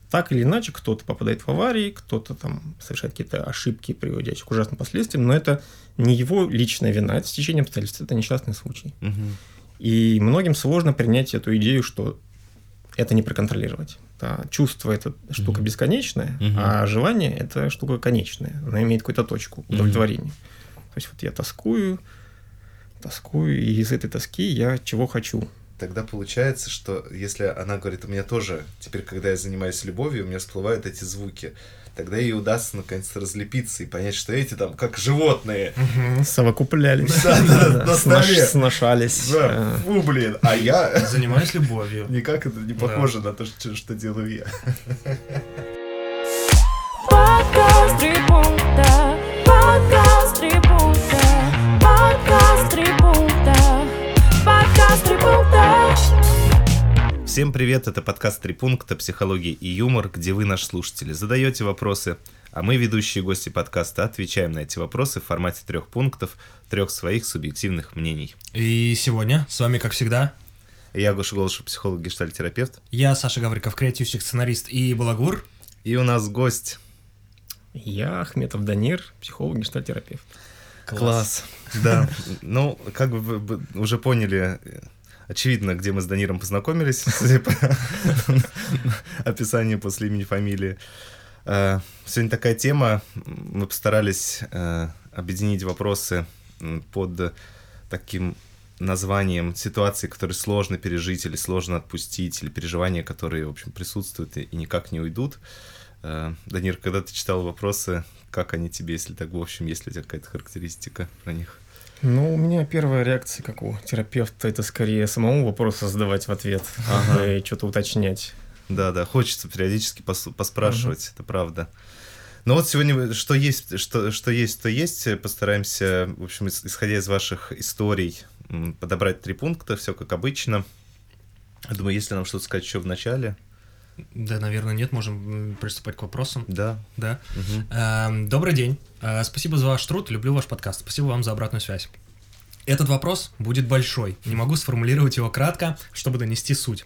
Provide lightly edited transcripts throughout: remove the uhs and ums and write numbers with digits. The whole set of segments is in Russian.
так или иначе кто-то попадает в аварии, кто-то там совершает какие-то ошибки, приводящие к ужасным последствиям, но это не его личная вина, это стечение обстоятельств, это несчастный случай. И многим сложно принять эту идею, что это не проконтролировать. Да, чувство – это штука бесконечная, а желание – это штука конечная. Она имеет какую-то точку удовлетворения. То есть вот я тоскую, и из этой тоски я чего хочу. Тогда получается, что если она говорит, у меня тоже, теперь, когда я занимаюсь любовью, у меня всплывают эти звуки, тогда ей удастся наконец-то разлепиться и понять, что эти там как животные. Совокуплялись. На столе. Сношались. Фу, блин, а я... Занимаюсь любовью. Никак это не похоже на то, что делаю я. Подкаст «Три пункта», подкаст «Три пункта», подкаст «Три пункта», подкаст «Три пункта». Всем привет, это подкаст «Три пункта. Психология и юмор», где вы, наши слушатели, задаете вопросы, а мы, ведущие гости подкаста, отвечаем на эти вопросы в формате 3 пунктов, 3 своих субъективных мнений. И сегодня с вами, как всегда, Я Гоша Голышев, психолог, гештальт-терапевт. я Саша Гавриков, креативщик, сценарист и балагур. И у нас гость. Я Ахметов Данир, психолог, гештальт-терапевт. Класс. Да, ну, как бы вы уже поняли, очевидно, где мы с Даниром познакомились, судя по описанию после имени, фамилии. Сегодня такая тема, мы постарались объединить вопросы под таким названием ситуации, которые сложно пережить или сложно отпустить, или переживания, которые, в общем, присутствуют и никак не уйдут. Данир, когда ты читал вопросы, как они тебе, если так, в общем, есть ли у тебя какая-то характеристика про них? Ну, у меня первая реакция, как у терапевта, это скорее самому вопросы задавать в ответ и что-то уточнять. Да, хочется периодически поспрашивать, это правда. Но вот сегодня что есть, то есть. Постараемся, в общем, исходя из ваших историй, подобрать 3 пункта, все как обычно. Я думаю, есть ли нам что-то сказать еще в начале? Да, наверное, нет, можем приступать к вопросам. Да. Добрый день, спасибо за ваш труд, люблю ваш подкаст, спасибо вам за обратную связь. Этот вопрос будет большой, не могу сформулировать его кратко, чтобы донести суть.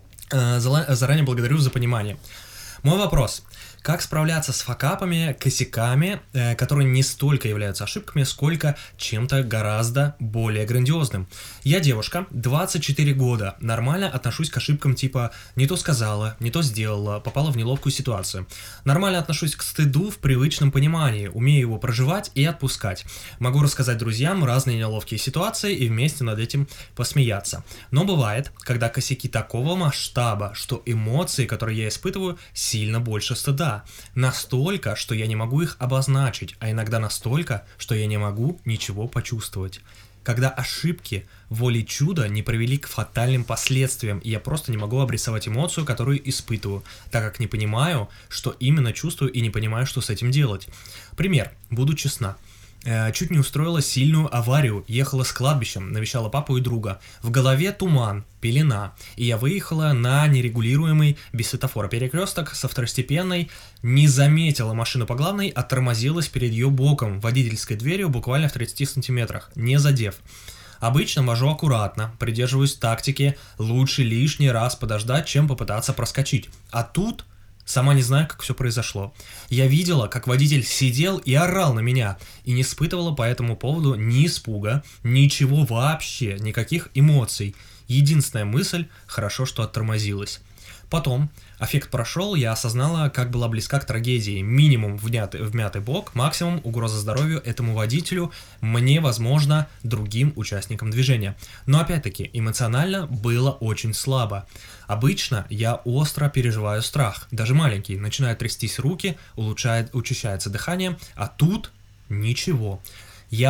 Заранее благодарю за понимание. Мой вопрос. Как справляться с факапами, косяками, которые не столько являются ошибками, сколько чем-то гораздо более грандиозным? Я девушка, 24 года, нормально отношусь к ошибкам типа «не то сказала», «не то сделала», «попала в неловкую ситуацию». Нормально отношусь к стыду в привычном понимании, умею его проживать и отпускать. Могу рассказать друзьям разные неловкие ситуации и вместе над этим посмеяться. Но бывает, когда косяки такого масштаба, что эмоции, которые я испытываю, сильно больше стыда. Настолько, что я не могу их обозначить, а иногда настолько, что я не могу ничего почувствовать. Когда ошибки волей чуда не привели к фатальным последствиям, и я просто не могу обрисовать эмоцию, которую испытываю, так как не понимаю, что именно чувствую, и не понимаю, что с этим делать. Пример, буду честна. Чуть не устроила сильную аварию, ехала с кладбищем, навещала папу и друга. В голове туман, пелена, и я выехала на нерегулируемый без светофора перекресток со второстепенной, не заметила машину по главной, а тормозилась перед ее боком, водительской дверью буквально в 30 сантиметрах, не задев. Обычно вожу аккуратно, придерживаюсь тактики, лучше лишний раз подождать, чем попытаться проскочить. А тут... Сама не знаю, как все произошло. Я видела, как водитель сидел и орал на меня, и не испытывала по этому поводу ни испуга, ничего вообще, никаких эмоций. Единственная мысль – хорошо, что оттормозилась. Потом, аффект прошел, я осознала, как была близка к трагедии. Минимум вмятый бок, максимум угроза здоровью этому водителю, мне, возможно, другим участникам движения. Но опять-таки, эмоционально было очень слабо. Обычно я остро переживаю страх, даже маленький, начинают трястись руки, учащается дыхание, а тут ничего. Я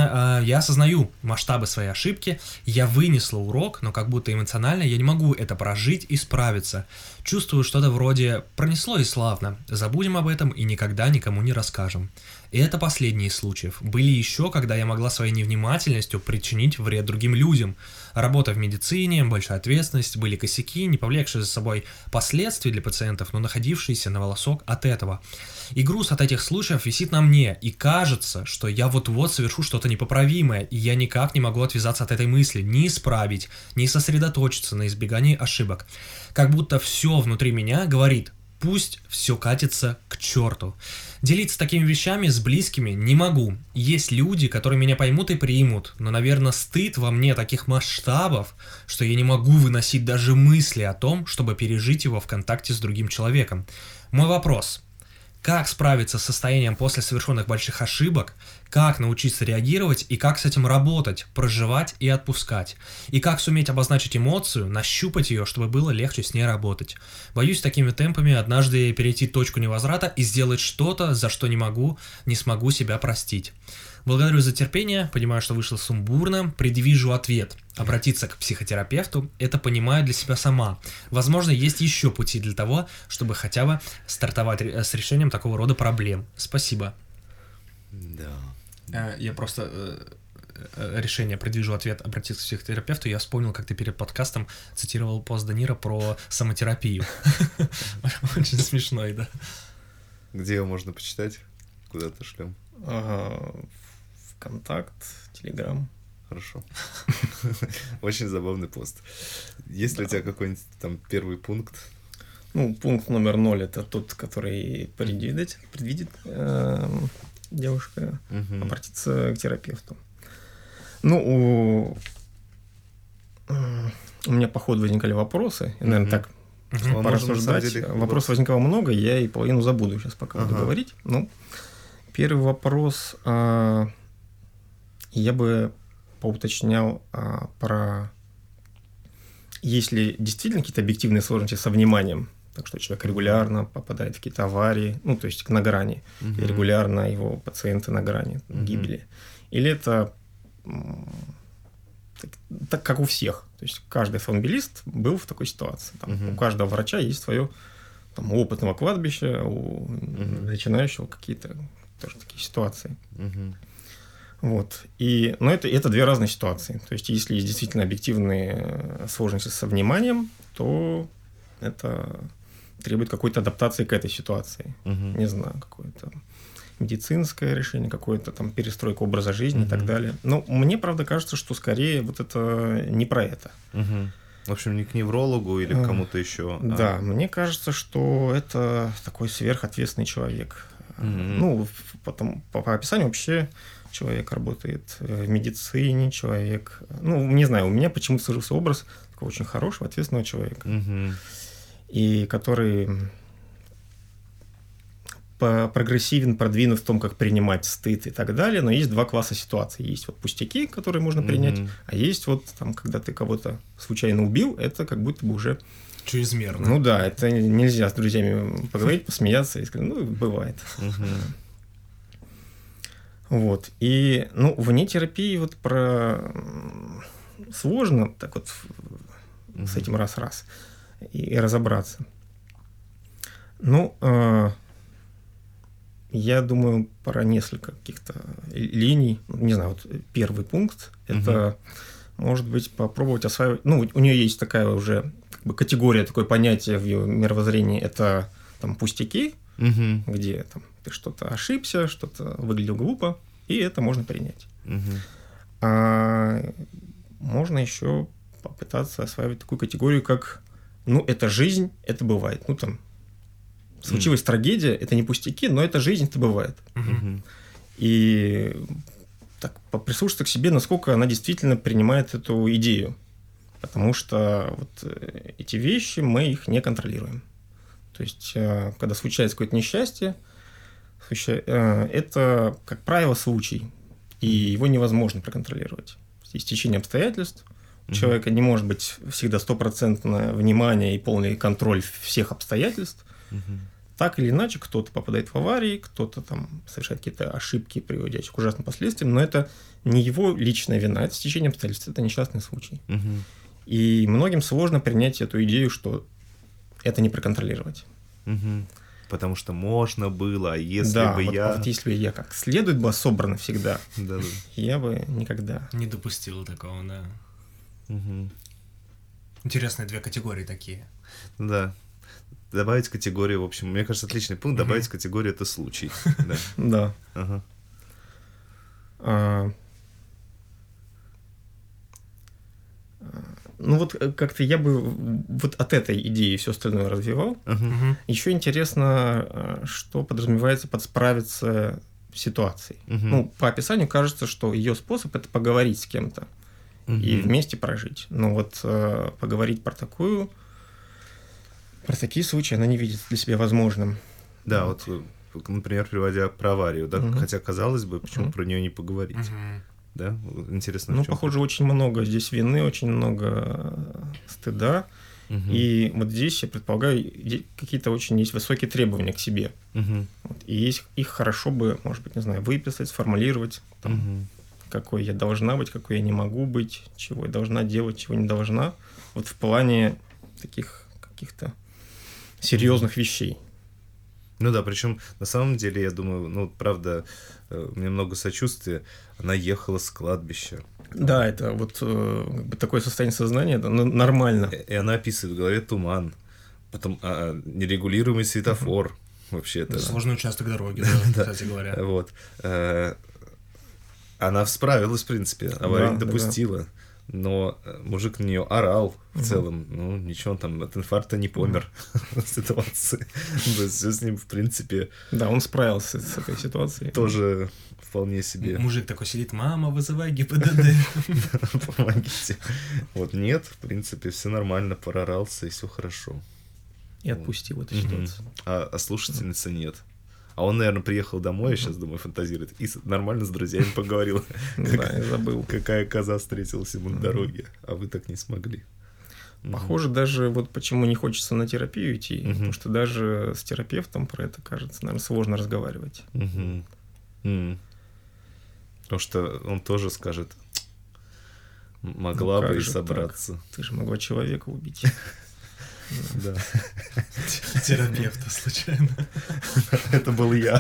осознаю масштабы своей ошибки, я вынесла урок, но как будто эмоционально я не могу это прожить и справиться. Чувствую что-то вроде «пронесло и славно, забудем об этом и никогда никому не расскажем». И это последний из случаев. Были еще, когда я могла своей невнимательностью причинить вред другим людям. Работа в медицине, большая ответственность, были косяки, не повлекшие за собой последствий для пациентов, но находившиеся на волосок от этого. И груз от этих случаев висит на мне, и кажется, что я вот-вот совершу что-то непоправимое, и я никак не могу отвязаться от этой мысли, ни исправить, ни сосредоточиться на избегании ошибок. Как будто все внутри меня говорит: Пусть все катится к черту. Делиться такими вещами с близкими не могу. Есть люди, которые меня поймут и примут, но, наверное, стыд во мне таких масштабов, что я не могу выносить даже мысли о том, чтобы пережить его в контакте с другим человеком. Мой вопрос. Как справиться с состоянием после совершенных больших ошибок, как научиться реагировать и как с этим работать, проживать и отпускать, и как суметь обозначить эмоцию, нащупать ее, чтобы было легче с ней работать. Боюсь такими темпами однажды перейти точку невозврата и сделать что-то, за что не смогу себя простить. Благодарю за терпение, понимаю, что вышло сумбурно, предвижу ответ. Обратиться к психотерапевту, это понимаю для себя сама. Возможно, есть еще пути для того, чтобы хотя бы стартовать с решением такого рода проблем. Спасибо. Да. Я просто решение предвижу ответ обратиться к психотерапевту. Я вспомнил, как ты перед подкастом цитировал пост Данира про самотерапию. Очень смешной, да. Где его можно почитать? Куда-то шлем? ВКонтакт, Телеграм. Хорошо. Очень забавный пост. Есть ли у тебя какой-нибудь там первый пункт? Ну, пункт номер 0 — это тот, который предвидит девушка обратиться к терапевту. Ну, у меня по ходу возникали вопросы, и, наверное, так порассуждать. Вопросов возникало много, я и половину забуду сейчас, пока буду говорить. Ну, первый вопрос, я бы поуточнял про... Есть ли действительно какие-то объективные сложности со вниманием? Так что человек регулярно попадает в какие-то аварии, ну, то есть на грани, и регулярно его пациенты на грани гибели. Или это так, как у всех. То есть каждый автомобилист был в такой ситуации. Там, у каждого врача есть свое там, опытного кладбища, у начинающего какие-то тоже такие ситуации. Вот. Но это две разные ситуации. То есть, если есть действительно объективные сложности со вниманием, то это требует какой-то адаптации к этой ситуации. Не знаю, какое-то медицинское решение, какое-то там перестройка образа жизни и так далее. Но мне, правда, кажется, что скорее вот это не про это. В общем, не к неврологу или к кому-то еще. Да, мне кажется, что это такой сверхответственный человек. Ну, потом, по описанию вообще человек работает в медицине, человек... Ну, не знаю, у меня почему-то сложился образ такого очень хорошего, ответственного человека. И который прогрессивен, продвинут в том, как принимать стыд и так далее, но есть два класса ситуаций. Есть вот пустяки, которые можно принять, а есть вот там, когда ты кого-то случайно убил, это как будто бы уже... Чрезмерно. Ну да, это нельзя с друзьями поговорить, посмеяться и сказать, ну, бывает. Вот. И, ну, вне терапии вот про... Сложно так вот с этим раз-раз и разобраться. Ну, я думаю про несколько каких-то линий. Не знаю, вот первый пункт – это, может быть, попробовать осваивать... Ну, у нее есть такая уже как бы категория, такое понятие в ее мировоззрении – это там пустяки, где там ты что-то ошибся, что-то выглядел глупо, и это можно принять. А можно еще попытаться осваивать такую категорию, как, ну, это жизнь, это бывает. Ну, там, случилась трагедия, это не пустяки, но это жизнь, это бывает. И так прислушаться к себе, насколько она действительно принимает эту идею. Потому что вот эти вещи, мы их не контролируем. То есть, когда случается какое-то несчастье, это, как правило, случай, и его невозможно проконтролировать. Есть течение обстоятельств, у человека не может быть всегда стопроцентное внимание и полный контроль всех обстоятельств. Так или иначе, кто-то попадает в аварии, кто-то там совершает какие-то ошибки, приводящие к ужасным последствиям, но это не его личная вина, это течение обстоятельств, это несчастный случай. И многим сложно принять эту идею, что это не проконтролировать. Потому что можно было, а если да, бы вот, я... вот если бы я как следует была собрана всегда, я бы никогда... Не допустил такого, да. Интересные две категории такие. Да. Добавить категорию, в общем, мне кажется, отличный пункт, добавить категорию – это случай. Да. Ну вот как-то я бы вот от этой идеи все остальное развивал. Еще интересно, что подразумевается под справиться с ситуацией. Ну, по описанию кажется, что ее способ – это поговорить с кем-то и вместе прожить. Но вот поговорить про такие случаи она не видит для себя возможным. Да, вот, например, приводя про аварию, да, хотя, казалось бы, почему про нее не поговорить? Да, интересно. Ну, похоже, очень много здесь вины, очень много стыда. И вот здесь, я предполагаю, какие-то очень есть высокие требования к себе. Вот, и их хорошо бы, может быть, не знаю, выписать, сформулировать, там, какой я должна быть, какой я не могу быть, чего я должна делать, чего не должна. Вот в плане таких каких-то серьезных вещей. Ну да, причем на самом деле, я думаю, ну, правда, у меня много сочувствия. Она ехала с кладбища. Да, это вот как бы такое состояние сознания, это нормально. И она описывает в голове туман, потом нерегулируемый светофор. Вообще это... Сложный участок дороги, да, кстати говоря. Вот. Она справилась, в принципе, аварию не допустила. Но мужик на нее орал в целом. Ну, ничего, он там от инфаркта не помер в ситуации. Все с ним, в принципе... Да, он справился с этой ситуацией. Тоже вполне себе. Мужик такой сидит: мама, вызывай ГИБДД. Помогите. Вот нет, в принципе, все нормально, прорался, и все хорошо. И отпустил эту ситуацию. А слушательницы нет. А он, наверное, приехал домой, я сейчас, думаю, фантазирует, и нормально с друзьями поговорил. Да, я забыл. Какая коза встретилась ему на дороге, а вы так не смогли. Похоже, даже вот почему не хочется на терапию идти, потому что даже с терапевтом про это, кажется, наверное, сложно разговаривать. Потому что он тоже скажет: могла бы и собраться. Ты же могла человека убить. Да. Терапевта случайно. Это был я.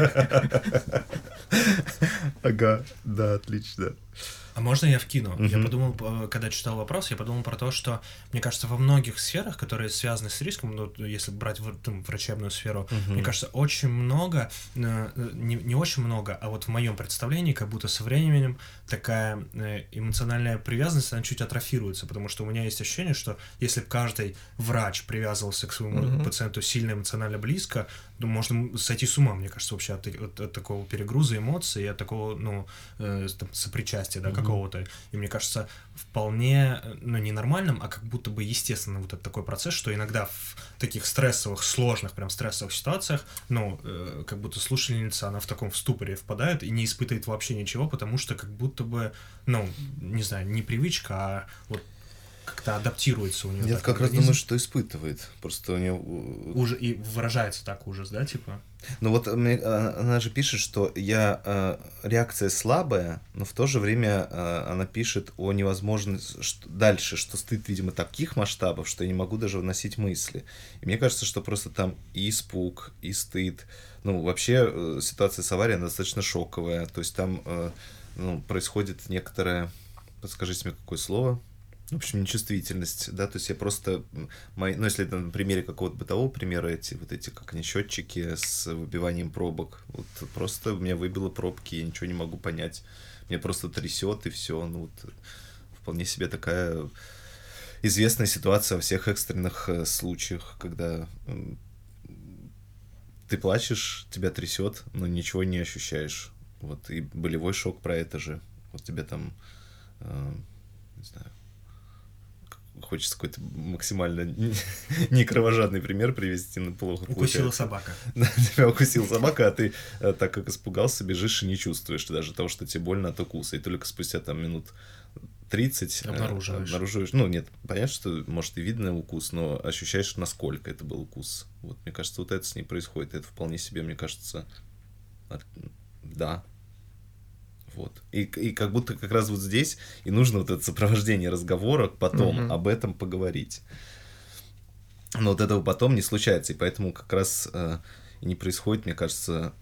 Ага, да, отлично. А можно я вкину? Я подумал, когда читал вопрос, я подумал про то, что, мне кажется, во многих сферах, которые связаны с риском, ну, если брать врачебную сферу, мне кажется, очень много, не очень много, а вот в моем представлении, как будто со временем такая эмоциональная привязанность, она чуть атрофируется, потому что у меня есть ощущение, что если бы каждый врач привязывался к своему пациенту сильно эмоционально близко, то можно сойти с ума, мне кажется, вообще от такого перегруза эмоций, от такого, ну, сопричастия, да, какого-то. И мне кажется, вполне, ну, не нормальным, а как будто бы естественно вот этот такой процесс, что иногда в таких стрессовых, сложных, прям стрессовых ситуациях, ну, как будто слушательница, она в таком ступоре впадает и не испытывает вообще ничего, потому что как будто бы, ну, не знаю, не привычка, а вот как-то адаптируется у нее. Я как раз думаю, что испытывает. Просто у нее... Уже и выражается так ужас, да, типа? Ну вот она же пишет, что реакция слабая, но в то же время она пишет о невозможности дальше, что стыд, видимо, таких масштабов, что я не могу даже выносить мысли. И мне кажется, что просто там и испуг, и стыд. Ну, вообще ситуация с аварией, она достаточно шоковая. То есть там происходит некоторое... Подскажите мне, какое слово? В общем, нечувствительность, да, то есть я просто, ну, если это на примере какого-то бытового примера, эти как они, счетчики с выбиванием пробок, вот просто у меня выбило пробки, я ничего не могу понять, меня просто трясет и все, ну, вот вполне себе такая известная ситуация во всех экстренных случаях, когда ты плачешь, тебя трясет, но ничего не ощущаешь, вот, и болевой шок про это же, вот тебе там, не знаю, хочется какой-то максимально не кровожадный пример привести, но плохо Укусила получается. собака. Тебя укусила собака, а ты, так как испугался, бежишь и не чувствуешь даже того, что тебе больно от укуса. И только спустя там минут 30 обнаруживаешь. Ну, нет, понятно, что, может, и видно укус, но ощущаешь, насколько это был укус. Вот, мне кажется, вот это с ней происходит. Это вполне себе, мне кажется, да. Вот. И как будто как раз вот здесь и нужно вот это сопровождение разговора потом об этом поговорить. Но вот этого потом не случается, и поэтому как раз и не происходит, мне кажется,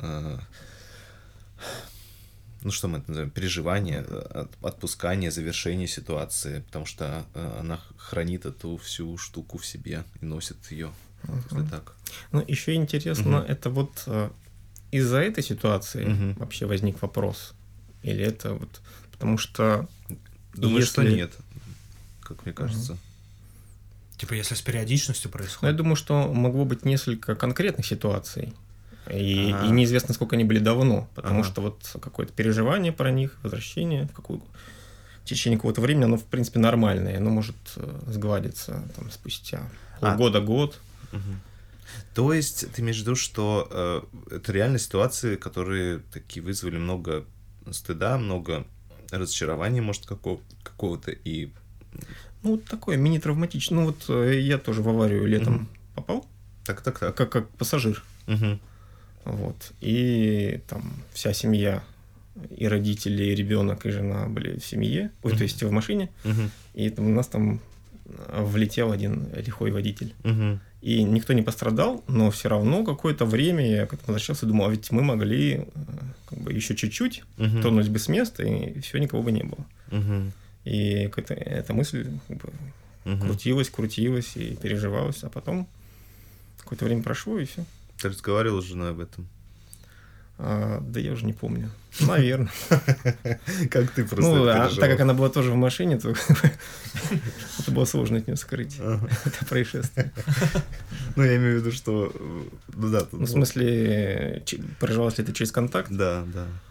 ну что мы это называем, переживание, отпускание, завершение ситуации, потому что она хранит эту всю штуку в себе и носит ее. Если так. Ну, еще интересно, это вот из-за этой ситуации вообще возник вопрос. Или это вот... Потому что... Думаю, что нет. как мне кажется. Типа, если с периодичностью Но я происходит. думаю, что могло быть несколько конкретных ситуаций. И неизвестно, сколько они были давно, потому что вот какое-то переживание про них, возвращение в течение какого-то времени, оно, в принципе, нормальное, оно может сгладиться там, спустя полгода-год. То есть ты имеешь в виду, что это реально ситуации, которые такие вызвали много стыда, много разочарования, может, какого-то, и... Ну, вот такое мини-травматичное. Ну, вот я тоже в аварию летом попал, Так. как пассажир. Мгм. Вот. И там вся семья, и родители, и ребенок, и жена были в семье, то есть в машине. Мгм. И там у нас там влетел один лихой водитель. Мгм. И никто не пострадал, но все равно какое-то время я к этому возвращался и думал, а ведь мы могли как бы еще чуть-чуть Мгм. тронуть бы с места, и все, никого бы не было. Мгм. И эта мысль как бы Мгм. крутилась и переживалась, а потом какое-то время прошло, и все. Ты разговаривал с женой об этом? Да я уже не помню. Наверное. Как ты просто Ну, это так переживал? как она была тоже в машине, то это было сложно от нее скрыть. Ага. Это происшествие. Ну, я имею в виду, что... Ну, да. Ну, в смысле, проживалось ли это через контакт? Да.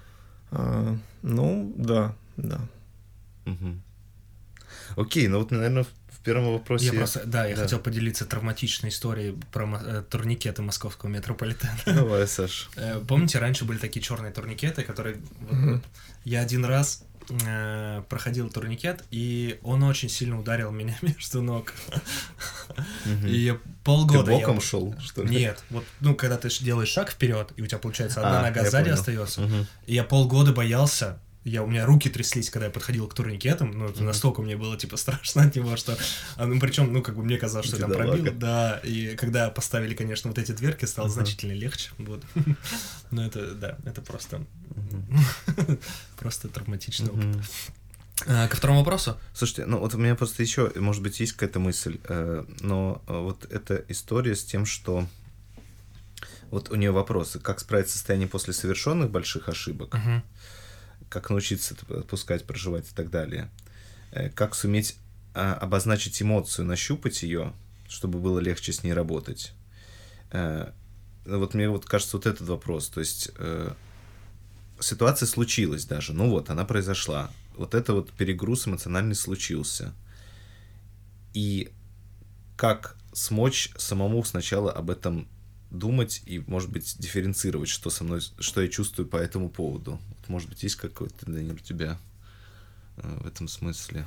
Ну, да. Мгм. Окей, ну вот, наверное, в первом вопросе... Я хотел поделиться травматичной историей про турникеты московского метрополитена. Давай, Саш. Помните, раньше были такие черные турникеты, которые... Я один раз проходил турникет, и он очень сильно ударил меня между ног. И я Ты полгода... боком шел, что ли? Нет, вот, когда ты делаешь шаг вперед, и у тебя, получается, одна нога я сзади понял. остается, Мгм. и я полгода боялся, у меня руки тряслись, когда я подходил к турникетам, ну, это настолько мне было, типа, страшно от него, что, причем, как бы мне казалось, что я там Бедолага. пробил, да, и когда поставили, конечно, вот эти дверки, стало значительно легче, вот, но это просто, просто травматичный опыт. Мгм. Ко второму вопросу? Слушайте, ну вот у меня просто еще, может быть, есть какая-то мысль, но вот эта история с тем, что вот у нее вопросы, как справиться с состоянием после совершенных больших ошибок, как научиться это отпускать, проживать и так далее, как суметь обозначить эмоцию, нащупать ее, чтобы было легче с ней работать. Вот мне вот кажется вот этот вопрос, то есть ситуация случилась даже, ну вот, она произошла, вот это вот перегруз эмоциональный случился. И как смочь самому сначала об этом думать и, может быть, дифференцировать, что со мной, что я чувствую по этому поводу. Вот, может быть, есть какой-то, Данил, у тебя в этом смысле?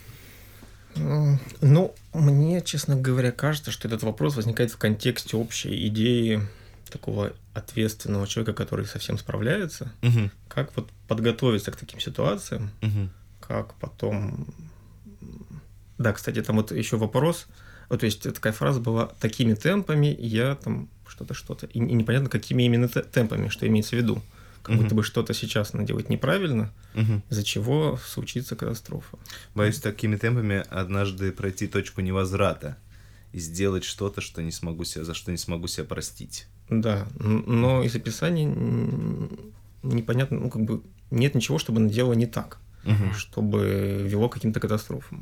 Ну, мне, честно говоря, кажется, что этот вопрос возникает в контексте общей идеи такого ответственного человека, который совсем справляется. Угу. Как вот подготовиться к таким ситуациям, Угу. как потом... Да, кстати, там вот еще вопрос. Вот, то есть такая фраза была: такими темпами я там что-то. И непонятно, какими именно темпами, что имеется в виду. Как будто бы что-то сейчас надо делать неправильно, из-за чего случится катастрофа. Боюсь, такими темпами однажды пройти точку невозврата и сделать что-то, за что не смогу себя простить. Да, но из описания непонятно, как бы нет ничего, чтобы она делала не так, чтобы вело к каким-то катастрофам.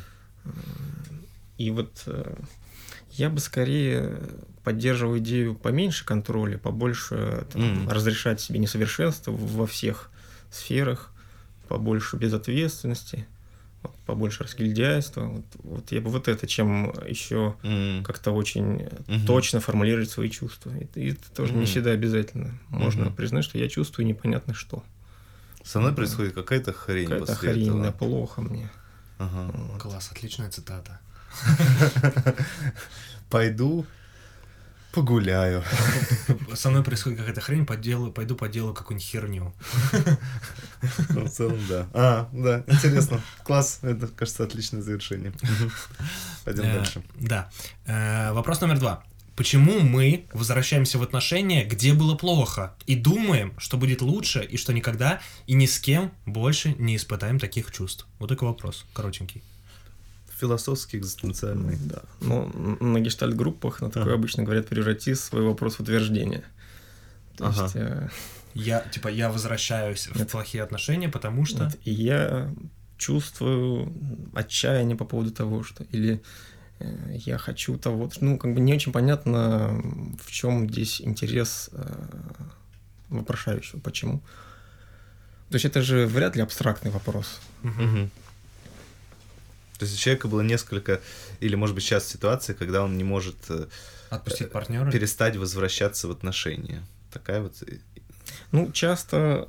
И вот я бы скорее поддерживал идею поменьше контроля, побольше разрешать себе несовершенство во всех сферах, побольше безответственности, побольше разгильдяйства. Вот я бы вот это, чем еще как-то очень точно формулировать свои чувства. И это тоже не всегда обязательно. Можно признать, что я чувствую непонятно что. Со мной происходит какая-то хрень Какая-то после хрень, этого. да, плохо мне. Ага. Вот. Класс, отличная цитата. Пойду погуляю. Со мной происходит какая-то хрень, пойду поделаю какую-нибудь херню. Ну, в целом, да. Да, интересно. Класс, это, кажется, отличное завершение. Пойдем дальше. Да. Вопрос номер 2. Почему мы возвращаемся в отношения, где было плохо, и думаем, что будет лучше, и что никогда и ни с кем больше не испытаем таких чувств? Вот такой вопрос, коротенький. Философский, экзистенциальный. Да. Ну, на гештальт-группах на такое обычно говорят: преврати свой вопрос в утверждение. То есть, Я возвращаюсь в плохие отношения, потому что... и я чувствую отчаяние по поводу того, что... Или я хочу того... Ну, как бы не очень понятно, в чем здесь интерес вопрошающего, почему. То есть это же вряд ли абстрактный вопрос. Мгм. То есть у человека было несколько, или, может быть, сейчас ситуация, когда он не может Отпустить партнера. перестать возвращаться в отношения. Такая вот... Ну, часто,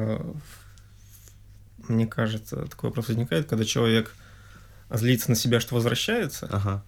мне кажется, такой вопрос возникает, когда человек злится на себя, что возвращается, Ага.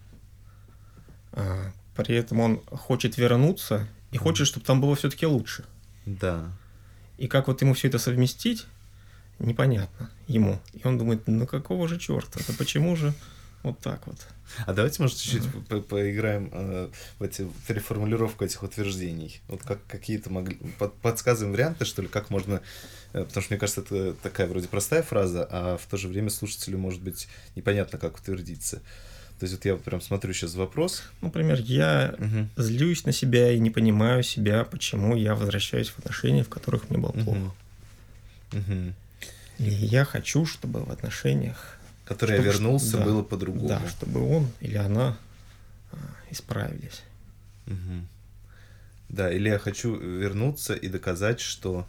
При этом он хочет вернуться и хочет, чтобы там было все-таки лучше. Да. И как вот ему все это совместить, непонятно ему. И он думает, ну какого же черта, это почему же вот так вот. А давайте, может, чуть-чуть поиграем в эти переформулировку этих утверждений. Вот как какие-то могли... Подсказываем варианты, что ли, как можно... Потому что, мне кажется, это такая вроде простая фраза, а в то же время слушателю может быть непонятно, как утвердиться. То есть вот я вот прям смотрю сейчас вопрос. Например, я злюсь на себя и не понимаю себя, почему я возвращаюсь в отношения, в которых мне было плохо. Мгм. И я хочу, чтобы в отношениях... Который я Чтобы- вернулся, да, было по-другому. Да, чтобы он или она исправились. Мгм. Да, или я хочу вернуться и доказать, что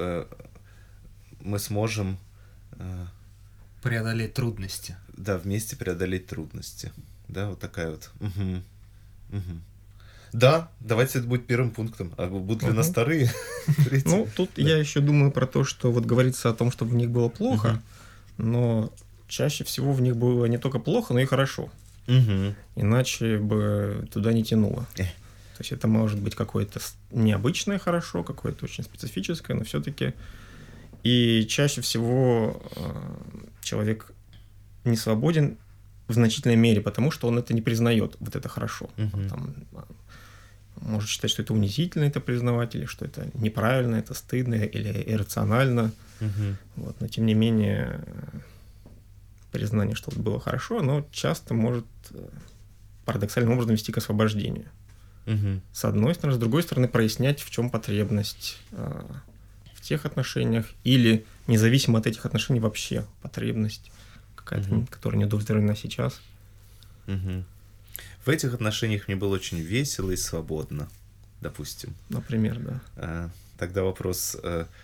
мы сможем Преодолеть трудности. да, вместе преодолеть трудности. Да, вот такая вот. Мгм. Мгм. Да, давайте это будет первым пунктом. А будут ли у нас вторые? Третьи? Ну, тут я еще думаю про то, что вот говорится о том, чтобы в них было плохо, но чаще всего в них было не только плохо, но и хорошо. Мгм. Иначе бы туда не тянуло. Э. То есть это может быть какое-то необычное хорошо, какое-то очень специфическое, но все-таки. И чаще всего человек не свободен в значительной мере, потому что он это не признает, вот это хорошо. Мгм. Там, может считать, что это унизительно это признавать, или что это неправильно, это стыдно, или иррационально. Мгм. Вот. Но тем не менее, признание, что вот было хорошо, оно часто может парадоксальным образом вести к освобождению. Мгм. С одной стороны, с другой стороны, прояснять, в чем потребность в тех отношениях, или независимо от этих отношений вообще потребность какая-то, Мгм. которая не удовлетворена сейчас. Мгм. В этих отношениях мне было очень весело и свободно, допустим. Например, да. Тогда вопрос,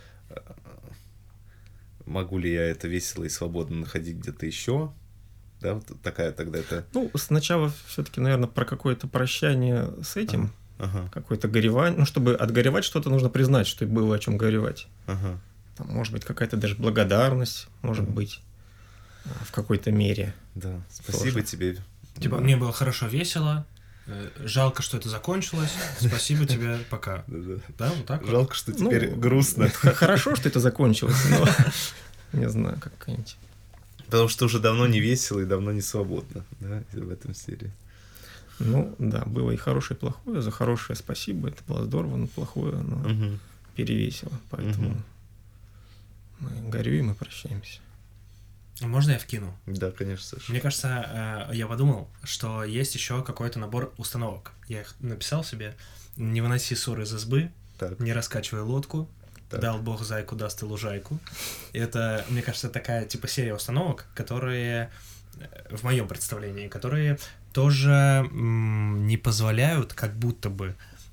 могу ли я это весело и свободно находить где-то еще? Да, вот такая тогда это... Ну, сначала все-таки, наверное, про какое-то прощание с этим, Ага, какое-то горевание. Ну, чтобы отгоревать что-то, нужно признать, что было о чем горевать. ага. Там, может быть, какая-то даже благодарность, может быть, в какой-то мере. Да, спасибо Тоже. тебе. Типа, мне было хорошо, весело, жалко, что это закончилось, спасибо тебе, пока. Да-да. Да, вот так вот? Жалко, что Ну, теперь грустно. Хорошо, что это закончилось, но не знаю, как какая-нибудь. Потому что уже давно не весело и давно не свободно, да, в этом серии. Ну, да, было и хорошее, и плохое. За хорошее спасибо, это было здорово, но плохое, оно Мгм. перевесило. Поэтому Мгм. мы горюем и прощаемся. Можно я вкину? Да, конечно, Саша. Мне кажется, я подумал, что есть еще какой-то набор установок. Я их написал себе. Не выноси ссор из избы, Так, не раскачивай лодку, Так. дал бог зайку, даст и лужайку. Это, мне кажется, такая типа серия установок, которые, в моем представлении, которые тоже не позволяют как будто бы...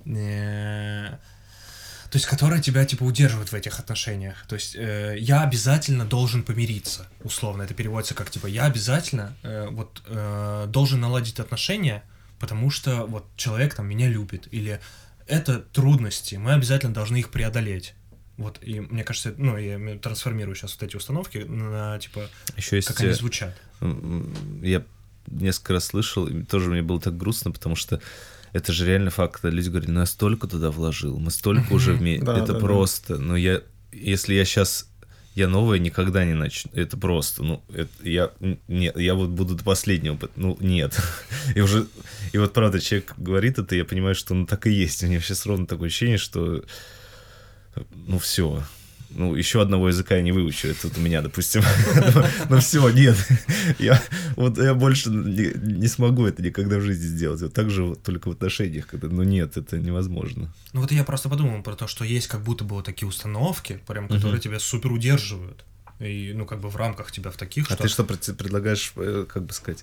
То есть, которые тебя, типа, удерживают в этих отношениях. То есть, я обязательно должен помириться, условно. Это переводится как, типа, я обязательно должен наладить отношения, потому что вот человек там меня любит. Или это трудности, мы обязательно должны их преодолеть. Вот, и мне кажется, ну, я трансформирую сейчас вот эти установки на, типа, еще есть... как они звучат. Я несколько раз слышал, и тоже мне было так грустно, потому что это же реально факт. Люди говорили, ну я столько туда вложил, мы столько уже вместе. Да, Это да, просто. Ну если я сейчас... Я новое никогда не начну. Это просто. Ну, нет, я вот буду до последнего. Ну, нет. И вот правда, человек говорит это, я понимаю, что ну так и есть. У меня сейчас ровно такое ощущение, что ну все. Ну, еще одного языка я не выучу. Это вот у меня, допустим. Ну все, нет. Я больше не смогу это никогда в жизни сделать. Вот так же вот только в отношениях. Ну нет, это невозможно. Ну вот я просто подумал про то, что есть как будто бы вот такие установки, прям, которые тебя супер удерживают. и, ну, как бы в рамках тебя в таких, А ты что предлагаешь, как бы сказать?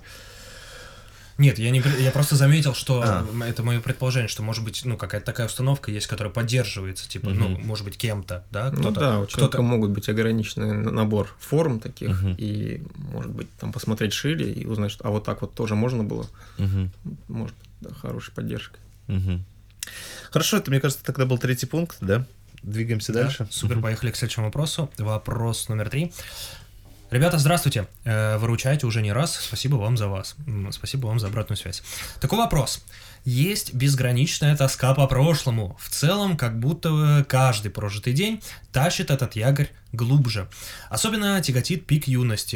Нет, я просто заметил, что это мое предположение, что, может быть, ну, какая-то такая установка есть, которая поддерживается, типа, ну, может быть, кем-то, да? Ну да, у человека могут быть ограниченный набор форм таких, и, может быть, там посмотреть шире и узнать, что вот так вот тоже можно было. Может быть, да, хорошей поддержкой. Хорошо, это, мне кажется, тогда был 3-й пункт, да? Двигаемся дальше. Супер, поехали к следующему вопросу. Вопрос номер 3. Ребята, здравствуйте. Выручаете уже не раз. Спасибо вам за вас. Спасибо вам за обратную связь. Такой вопрос. Есть безграничная тоска по прошлому. В целом, как будто каждый прожитый день тащит этот якорь глубже. Особенно тяготит пик юности,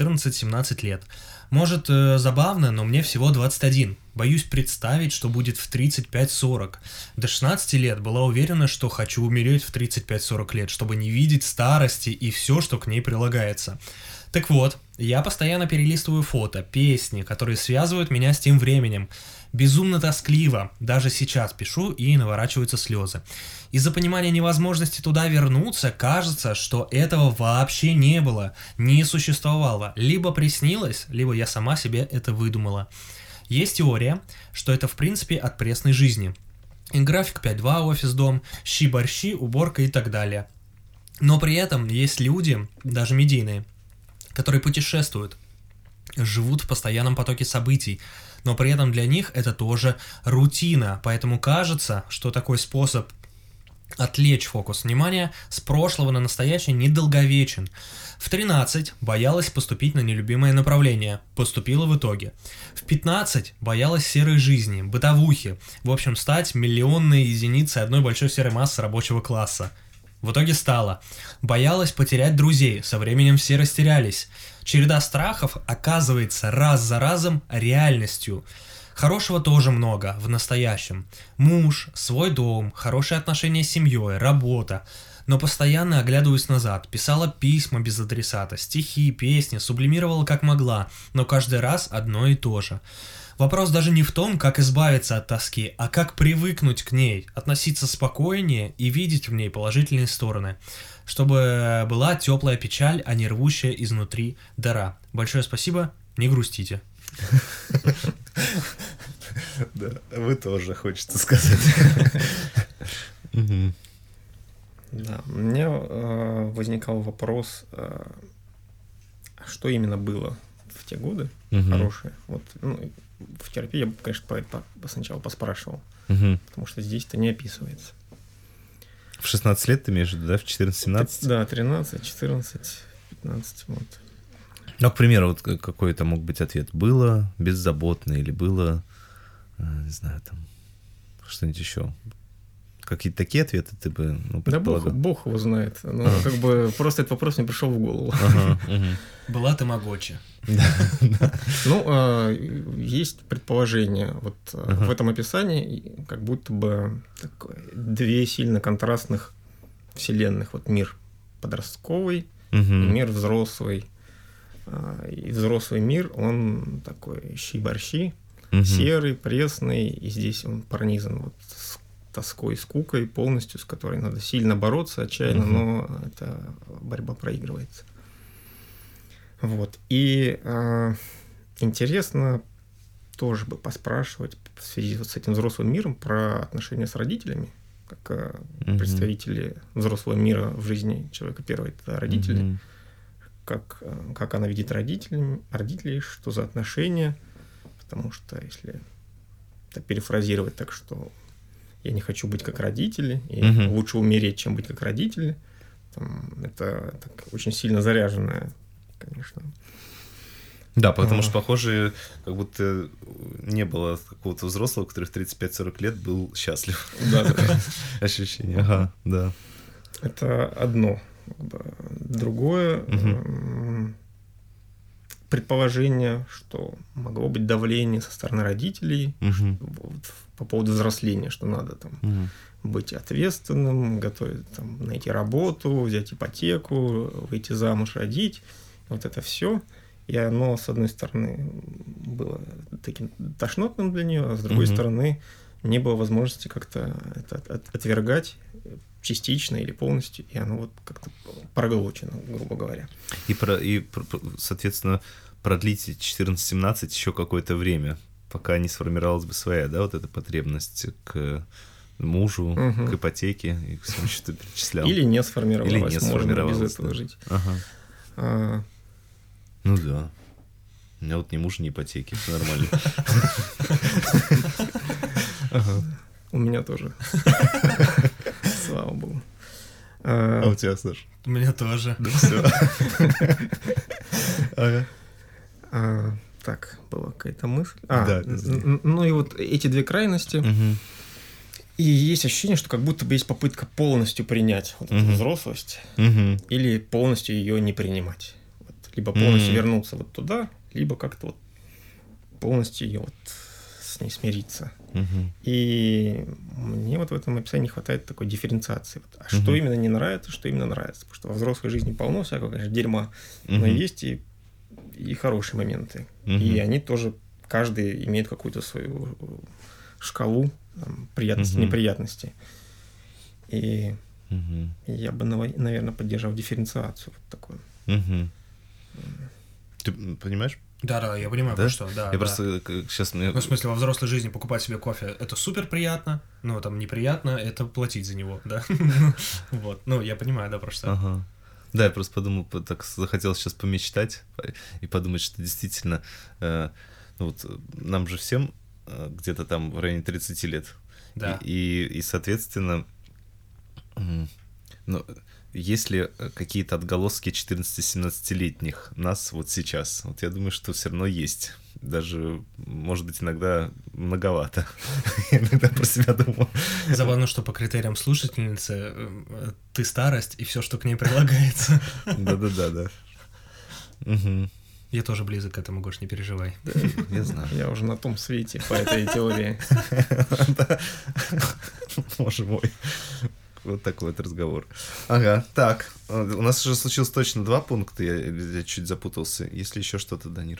14-17 лет. Может, забавно, но мне всего 21. Боюсь представить, что будет в 35-40. До 16 лет была уверена, что хочу умереть в 35-40 лет, чтобы не видеть старости и все, что к ней прилагается. Так вот, я постоянно перелистываю фото, песни, которые связывают меня с тем временем. Безумно тоскливо, даже сейчас пишу и наворачиваются слезы. Из-за понимания невозможности туда вернуться, кажется, что этого вообще не было, не существовало. Либо приснилось, либо я сама себе это выдумала. Есть теория, что это в принципе от пресной жизни. И график 5-2, офис-дом, щи-борщи, уборка и так далее. Но при этом есть люди, даже медийные, которые путешествуют, живут в постоянном потоке событий, но при этом для них это тоже рутина, поэтому кажется, что такой способ отвлечь фокус внимания с прошлого на настоящее недолговечен. В 13 боялась поступить на нелюбимое направление, поступила в итоге. В 15 боялась серой жизни, бытовухи, в общем, стать миллионной единицей одной большой серой массы рабочего класса. В итоге стала. Боялась потерять друзей, со временем все растерялись. Череда страхов оказывается раз за разом реальностью. Хорошего тоже много в настоящем. Муж, свой дом, хорошие отношения с семьей, работа. Но постоянно оглядываюсь назад, писала письма без адресата, стихи, песни, сублимировала как могла, но каждый раз одно и то же. Вопрос даже не в том, как избавиться от тоски, а как привыкнуть к ней, относиться спокойнее и видеть в ней положительные стороны, чтобы была теплая печаль, а не рвущая изнутри дыра. Большое спасибо, не грустите. Да, вы тоже, хочется сказать. Да, у меня возникал вопрос, что именно было в те годы хорошее. Вот, ну, в терапии я бы, конечно, сначала поспрашивал, потому что здесь это не описывается. В 16 лет ты имеешь в виду, да? В 14-17? Да, 13, 14, 15, вот. Ну, к примеру, вот какой это мог быть ответ? Было беззаботно или было, не знаю, там, что-нибудь еще? Какие-то такие ответы ты бы предполагал? Да Бог его знает. Ну, как бы просто этот вопрос мне пришел в голову. Была тамагочи. Ну, есть предположение. Вот в этом описании как будто бы две сильно контрастных вселенных. Вот мир подростковый и мир взрослый. И взрослый мир, он такой щи-борщи, серый, пресный, и здесь он пронизан вот с тоской, скукой полностью, с которой надо сильно бороться отчаянно, но эта борьба проигрывается. Вот. И интересно тоже бы поспрашивать в связи вот с этим взрослым миром про отношения с родителями, как представители взрослого мира в жизни человека. Первое – это родители. Как она видит родителей, что за отношения, потому что если это перефразировать так, что я не хочу быть как родители, и лучше умереть, чем быть как родители, там, это так очень сильно заряженное, конечно. Да, потому что, похоже, как будто не было какого-то взрослого, который в 35-40 лет был счастлив. Да. Ощущение, ага, да. Это одно. Другое предположение, что могло быть давление со стороны родителей по поводу взросления, что надо там быть ответственным, готовить, там, найти работу, взять ипотеку, выйти замуж, родить. Вот это все. И оно, с одной стороны, было таким тошнотным для нее, а с другой стороны, не было возможности как-то это отвергать частично или полностью, и оно вот как-то проглочено, грубо говоря. Соответственно, продлить 14-17 еще какое-то время, пока не сформировалась бы своя, да, вот эта потребность к мужу, к ипотеке и к всему, что ты перечислял. Или не сформировалась, Или не можно сформировалась, без этого да. жить. Ну да. У меня вот ни мужа, ни ипотеки, все нормально. У меня тоже. Слава богу. А у тебя, Саш? У меня тоже. Да все. Так, была какая-то мысль. Да, ну и вот эти две крайности. И есть ощущение, что как будто бы есть попытка полностью принять вот эту взрослость или полностью ее не принимать. Вот, либо полностью вернуться вот туда, либо как-то вот полностью ее вот с ней смириться. И мне вот в этом описании не хватает такой дифференциации. Вот, а что именно не нравится, что именно нравится. Потому что во взрослой жизни полно всякого, конечно, дерьма, но есть и хорошие моменты. И они тоже, каждый имеет какую-то свою шкалу там, приятности, неприятности. И я бы, наверное, поддержал дифференциацию вот такую. Ты понимаешь? Да, я понимаю, да? что, да. Я просто сейчас... Ну, в смысле, во взрослой жизни покупать себе кофе — это супер приятно, но там неприятно — это платить за него, да? Вот, ну, я понимаю, да, про что. Ага. Да, я просто подумал, так захотел сейчас помечтать и подумать, что действительно, ну вот нам же всем где-то там в районе 30 лет. Да. И соответственно, ну, есть ли какие-то отголоски 14-17-летних нас вот сейчас? Вот я думаю, что все равно есть. Даже, может быть, иногда многовато. Я иногда про себя думаю. Забавно, что по критериям слушательницы ты старость и все, что к ней прилагается. Да. Я тоже близок к этому, Гош, не переживай. Я знаю. Я уже на том свете по этой теории. Боже мой. Вот такой вот разговор. Ага, так. У нас уже случилось точно 2 пункта, я чуть запутался. Есть ли еще что-то, Данир?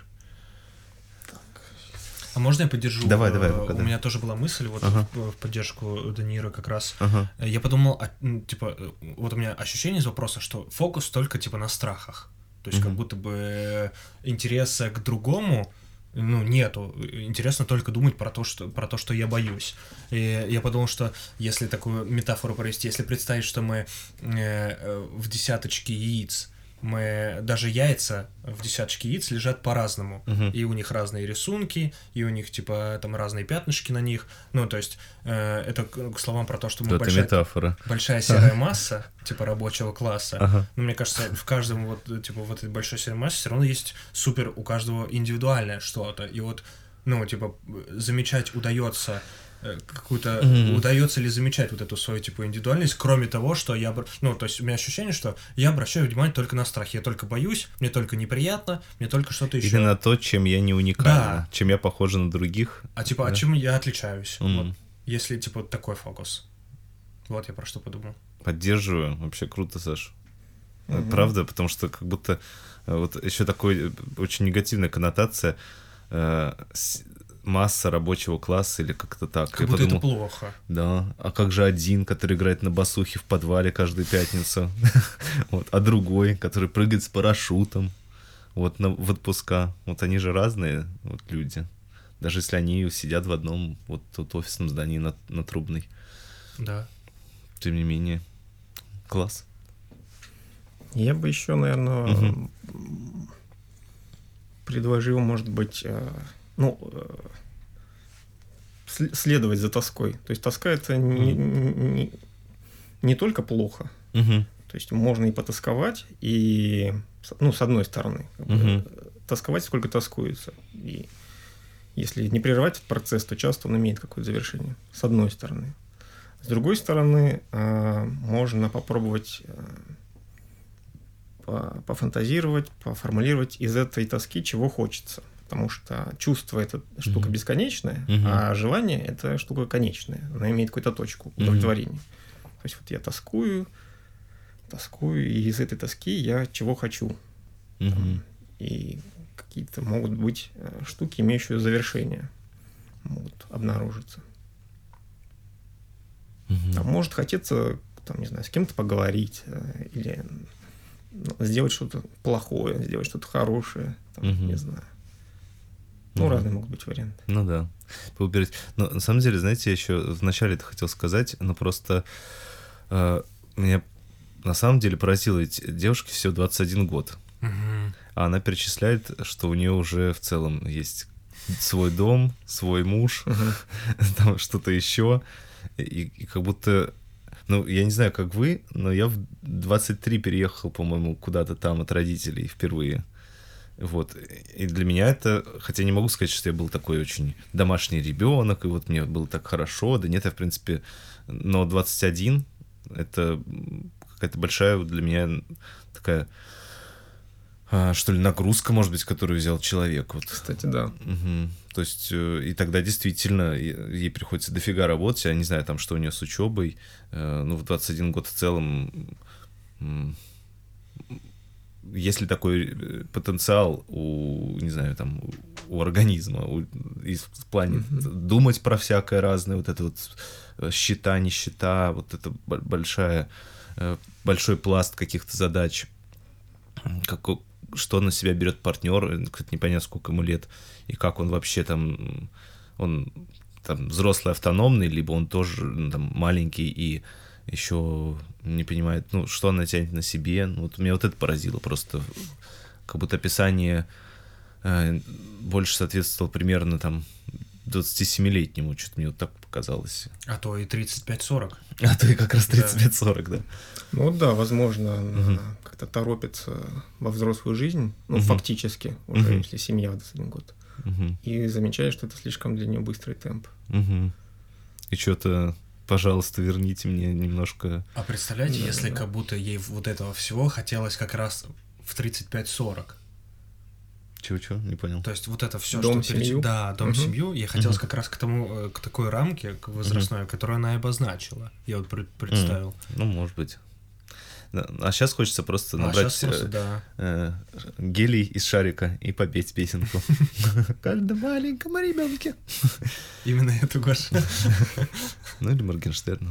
А можно я поддержу? Давай, У меня тоже была мысль вот в поддержку Данира как раз. Я подумал, типа, вот у меня ощущение из вопроса, что фокус только типа на страхах. То есть как будто бы интереса к другому, ну, нету. Интересно только думать про то, что я боюсь. И я подумал, что если такую метафору провести, если представить, что мы в десяточке яиц, даже яйца в десяточке яиц лежат по-разному. И у них разные рисунки, и у них, типа, там разные пятнышки на них. Ну, то есть, это к словам про то, что мы большая серая масса, типа, рабочего класса. Но мне кажется, в каждом вот, типа, вот этой большой серой массе все равно есть супер у каждого индивидуальное что-то. И вот, ну, типа, замечать удается какую-то... Удается ли замечать вот эту свою, типа, индивидуальность, кроме того, что я... Ну, то есть у меня ощущение, что я обращаю внимание только на страх. Я только боюсь, мне только неприятно, мне только что-то еще. Или на то, чем я не уникальна, чем я похожа на других. А типа, а чем я отличаюсь? Вот. Если, типа, вот такой фокус. Вот я про что подумал. Поддерживаю. Вообще круто, Саш. Правда, потому что как будто вот еще такой очень негативная коннотация масса рабочего класса или как-то так. Как будто это плохо. Да. А как же один, который играет на басухе в подвале каждую пятницу? Вот. А другой, который прыгает с парашютом вот в отпуска. Вот они же разные вот люди. Даже если они сидят в одном вот тут офисном здании на Трубной. Да. Тем не менее. Класс. Я бы еще, наверное, предложил, может быть, следовать за тоской. То есть тоска — это не только плохо. То есть можно и потосковать, и, ну, с одной стороны, тосковать, сколько тоскуется. И если не прерывать этот процесс, то часто он имеет какое-то завершение. С одной стороны. С другой стороны, можно попробовать пофантазировать, поформулировать из этой тоски, чего хочется. Потому что чувство — это штука бесконечная, а желание — это штука конечная. Она имеет какую-то точку удовлетворения. То есть вот я тоскую, и из этой тоски я чего хочу. И какие-то могут быть штуки, имеющие завершение, могут обнаружиться. Там может хотеться там, не знаю, с кем-то поговорить или сделать что-то плохое, сделать что-то хорошее, там, не знаю. Ну, разные могут быть варианты. Ну да, поубирать. Но на самом деле, знаете, я еще вначале это хотел сказать, но просто меня на самом деле поразило, ведь девушке всего 21 год, а она перечисляет, что у нее уже в целом есть свой дом, свой муж, там что-то еще, и как будто, ну, я не знаю, как вы, но я в 23 переехал, по-моему, куда-то там от родителей впервые. Вот, и для меня это, хотя не могу сказать, что я был такой очень домашний ребенок, и вот мне было так хорошо, да нет, я, в принципе, но 21 — это какая-то большая для меня такая, что ли, нагрузка, может быть, которую взял человек. Вот. Кстати, да. Угу. То есть, и тогда действительно ей приходится дофига работать, я не знаю, там, что у нее с учебой, ну, в 21 год в целом... Есть ли такой потенциал у, не знаю, там, у организма, в плане думать про всякое разное, вот это вот счета, нищета, вот это большой пласт каких-то задач, что на себя берет партнер, непонятно, сколько ему лет, и как он вообще там, он там взрослый, автономный, либо он тоже там маленький и еще не понимает, ну, что она тянет на себе. Ну, вот меня вот это поразило просто. Как будто описание больше соответствовало примерно там 27-летнему. Что-то мне вот так показалось. А то и 35-40. А то и как раз 35-40, да. Ну да, возможно, она как-то торопится во взрослую жизнь, ну, фактически, уже если семья в 21 год. И замечает, что это слишком для нее быстрый темп. И что-то... Пожалуйста, верните мне немножко... А представляете, если как будто ей вот этого всего хотелось как раз в 35-40. Чего? Не понял. То есть вот это все, дом, что... семью? Да, дом, семью. Ей хотелось как раз к тому, к такой рамке, к возрастной, которую она и обозначила. Я вот представил. Ну, может быть. А сейчас хочется просто набрать гелий из шарика и попеть песенку. Каждом маленьком ребенке. Именно эту, Гоша. Ну, или Моргенштерна.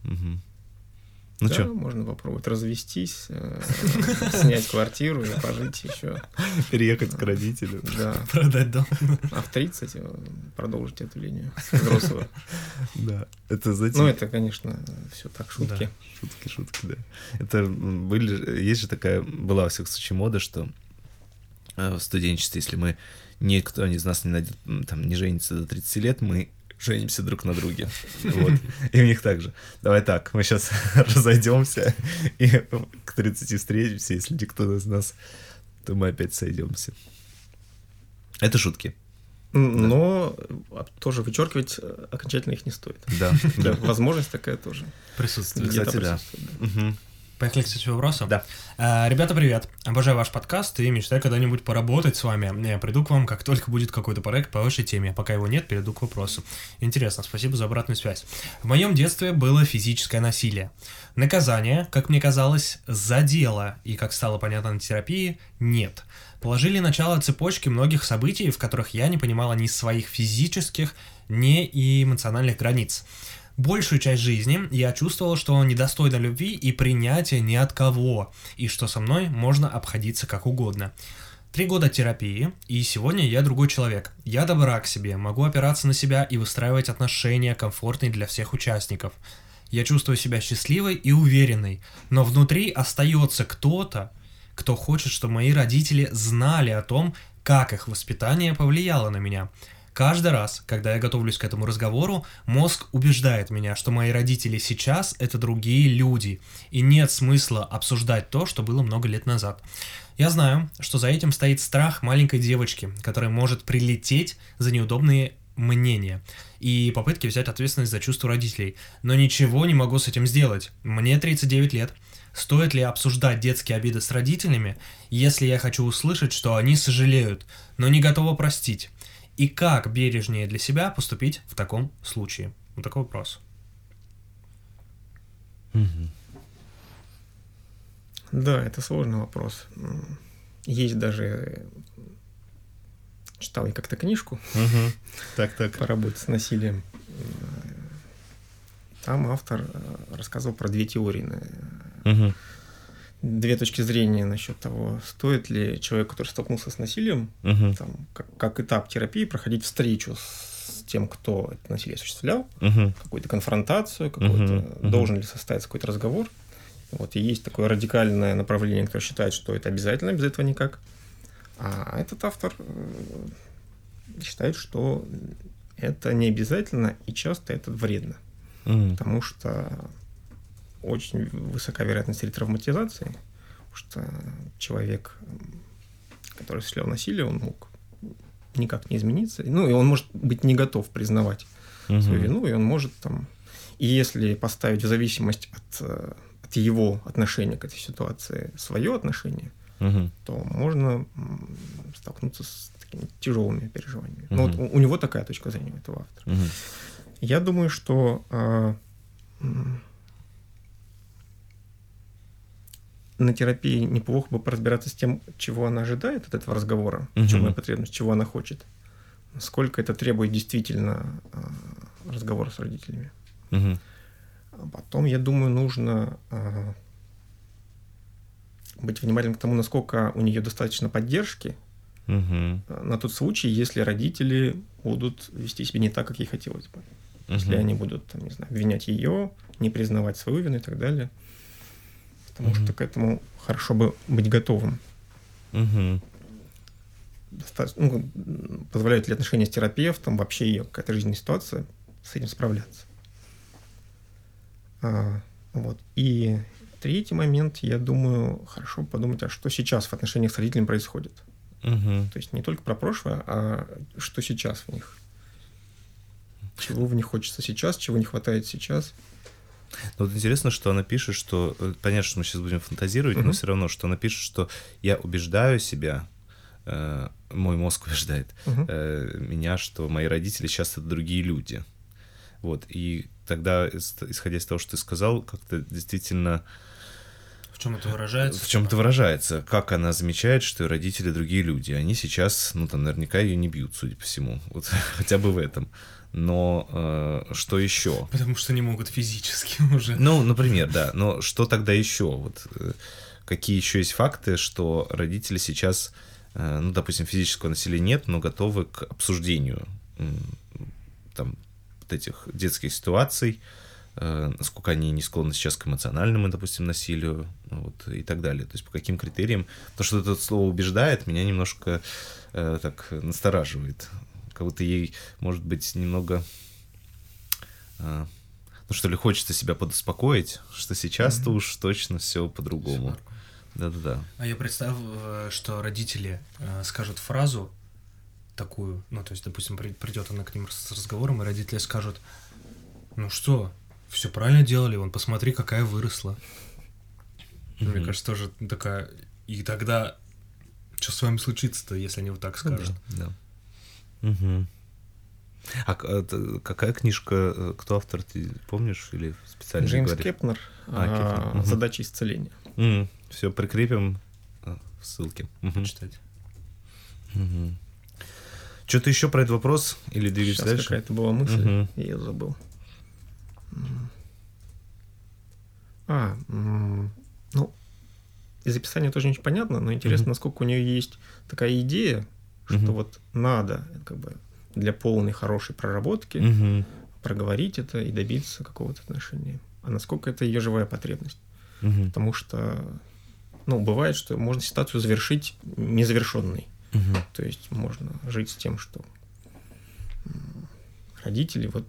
Ну да, что? можно попробовать развестись, снять квартиру и пожить еще. Переехать к родителям. Да. Продать дом. А в 30 продолжить эту линию взрослую. Да. Это, знаете... Ну, это, конечно, все так, шутки. Шутки, да. Это есть же такая, была, во всяком случае, мода, что в студенчестве, если никто из нас не женится до 30 лет, мы женимся друг на друге. Вот. И у них так же. Давай так, мы сейчас разойдемся и к 30 встретимся. Если никто из нас, то мы опять сойдемся. Это шутки. Но тоже вычеркивать окончательно их не стоит. Да. Возможность такая тоже присутствует. Кстати, да. Поехали к следующему вопросу. Да. Ребята, привет. Обожаю ваш подкаст и мечтаю когда-нибудь поработать с вами. Я приду к вам, как только будет какой-то проект по вашей теме. Пока его нет, перейду к вопросу. Интересно, спасибо за обратную связь. В моем детстве было физическое насилие. Наказание, как мне казалось, за дело, и, как стало понятно на терапии, нет. Положили начало цепочки многих событий, в которых я не понимала ни своих физических, ни эмоциональных границ. Большую часть жизни я чувствовал, что недостойна любви и принятия ни от кого, и что со мной можно обходиться как угодно. 3 года терапии, и сегодня я другой человек. Я добра к себе, могу опираться на себя и выстраивать отношения, комфортные для всех участников. Я чувствую себя счастливой и уверенной, но внутри остается кто-то, кто хочет, чтобы мои родители знали о том, как их воспитание повлияло на меня. Каждый раз, когда я готовлюсь к этому разговору, мозг убеждает меня, что мои родители сейчас — это другие люди, и нет смысла обсуждать то, что было много лет назад. Я знаю, что за этим стоит страх маленькой девочки, которая может прилететь за неудобные мнения и попытки взять ответственность за чувства родителей, но ничего не могу с этим сделать. Мне 39 лет. Стоит ли обсуждать детские обиды с родителями, если я хочу услышать, что они сожалеют, но не готовы простить? И как бережнее для себя поступить в таком случае? Вот такой вопрос. Да, это сложный вопрос. Есть даже... Читал я как-то книжку Так. по работе с насилием. там автор рассказывал про две теории, Мгм. две точки зрения насчет того, стоит ли человек, который столкнулся с насилием, Мгм. там, как этап терапии, проходить встречу с тем, кто это насилие осуществлял, Мгм. какую-то конфронтацию, какой-то, Мгм. должен ли состояться какой-то разговор. Вот, и есть такое радикальное направление, которое считает, что это обязательно, без этого никак. А этот автор считает, что это не обязательно, и часто это вредно. Мгм. Потому что очень высока вероятность ретравматизации, потому что человек, который осуществлял насилие, он мог никак не измениться, ну, и он может быть не готов признавать свою Мгм. вину, и он может там... И если поставить в зависимость от его отношения к этой ситуации свое отношение, Мгм. то можно столкнуться с такими тяжелыми переживаниями. Ну, вот Мгм. у него такая точка зрения, у этого автора. Мгм. Я думаю, что на терапии неплохо бы поразбираться с тем, чего она ожидает от этого разговора, в чем Мгм. ее потребность, чего она хочет, сколько это требует действительно разговора с родителями. Мгм. А потом, я думаю, нужно быть внимательным к тому, насколько у нее достаточно поддержки Мгм. на тот случай, если родители будут вести себя не так, как ей хотелось бы. Если Мгм. они будут, там, не знаю, обвинять ее, не признавать свою вину и так далее. Потому Мгм. что к этому хорошо бы быть готовым. Мгм. Позволяют ли отношения с терапевтом, вообще ее какая-то жизненная ситуация с этим справляться. Вот. И третий момент, я думаю, хорошо подумать, а что сейчас в отношениях с родителями происходит. Мгм. То есть не только про прошлое, а что сейчас в них. Чего в них хочется сейчас, чего не хватает сейчас. Ну, вот интересно, что она пишет, что... Понятно, что мы сейчас будем фантазировать, но Мгм. все равно, что она пишет, что я убеждаю себя, мой мозг убеждает Мгм. меня, что мои родители сейчас это другие люди. Вот, и тогда, исходя из того, что ты сказал, как-то действительно... В чем это выражается? В чем это выражается? Как она замечает, что ее родители другие люди? Они сейчас, ну, там, наверняка ее не бьют, судя по всему. Вот хотя бы в этом. Но что еще? Потому что не могут физически уже. Ну, например, да. Но что тогда еще? Вот какие еще есть факты, что родители сейчас, ну, допустим, физического насилия нет, но готовы к обсуждению там вот этих детских ситуаций, насколько они не склонны сейчас к эмоциональному, допустим, насилию, вот, и так далее. То есть по каким критериям? Потому что это слово «убеждает» меня немножко так настораживает. Как будто ей, может быть, немного... ну, что ли, хочется себя подуспокоить, что сейчас-то уж точно все по-другому. Да-да-да. А я представил, что родители скажут фразу такую, ну, то есть, допустим, придет она к ним с разговором, и родители скажут: ну что, все правильно делали, вон, посмотри, какая выросла. Мне кажется, тоже такая... И тогда что с вами случится-то, если они вот так скажут? Да. Угу. А какая книжка, кто автор, ты помнишь или специально Джеймс говоришь? Кепнер, Кепнер. Мгм. «Задача исцеления». Все, прикрепим в ссылке. Читать. Что-то еще про этот вопрос или двигаться Сейчас дальше? какая-то была мысль, Мгм. я ее забыл. Ну, из описания тоже не очень понятно, но интересно, насколько у нее есть такая идея, что Мгм. вот надо как бы для полной хорошей проработки Мгм. проговорить это и добиться какого-то отношения. А насколько это ее живая потребность. Мгм. Потому что, ну, бывает, что можно ситуацию завершить незавершенной. Мгм. То есть можно жить с тем, что родители, вот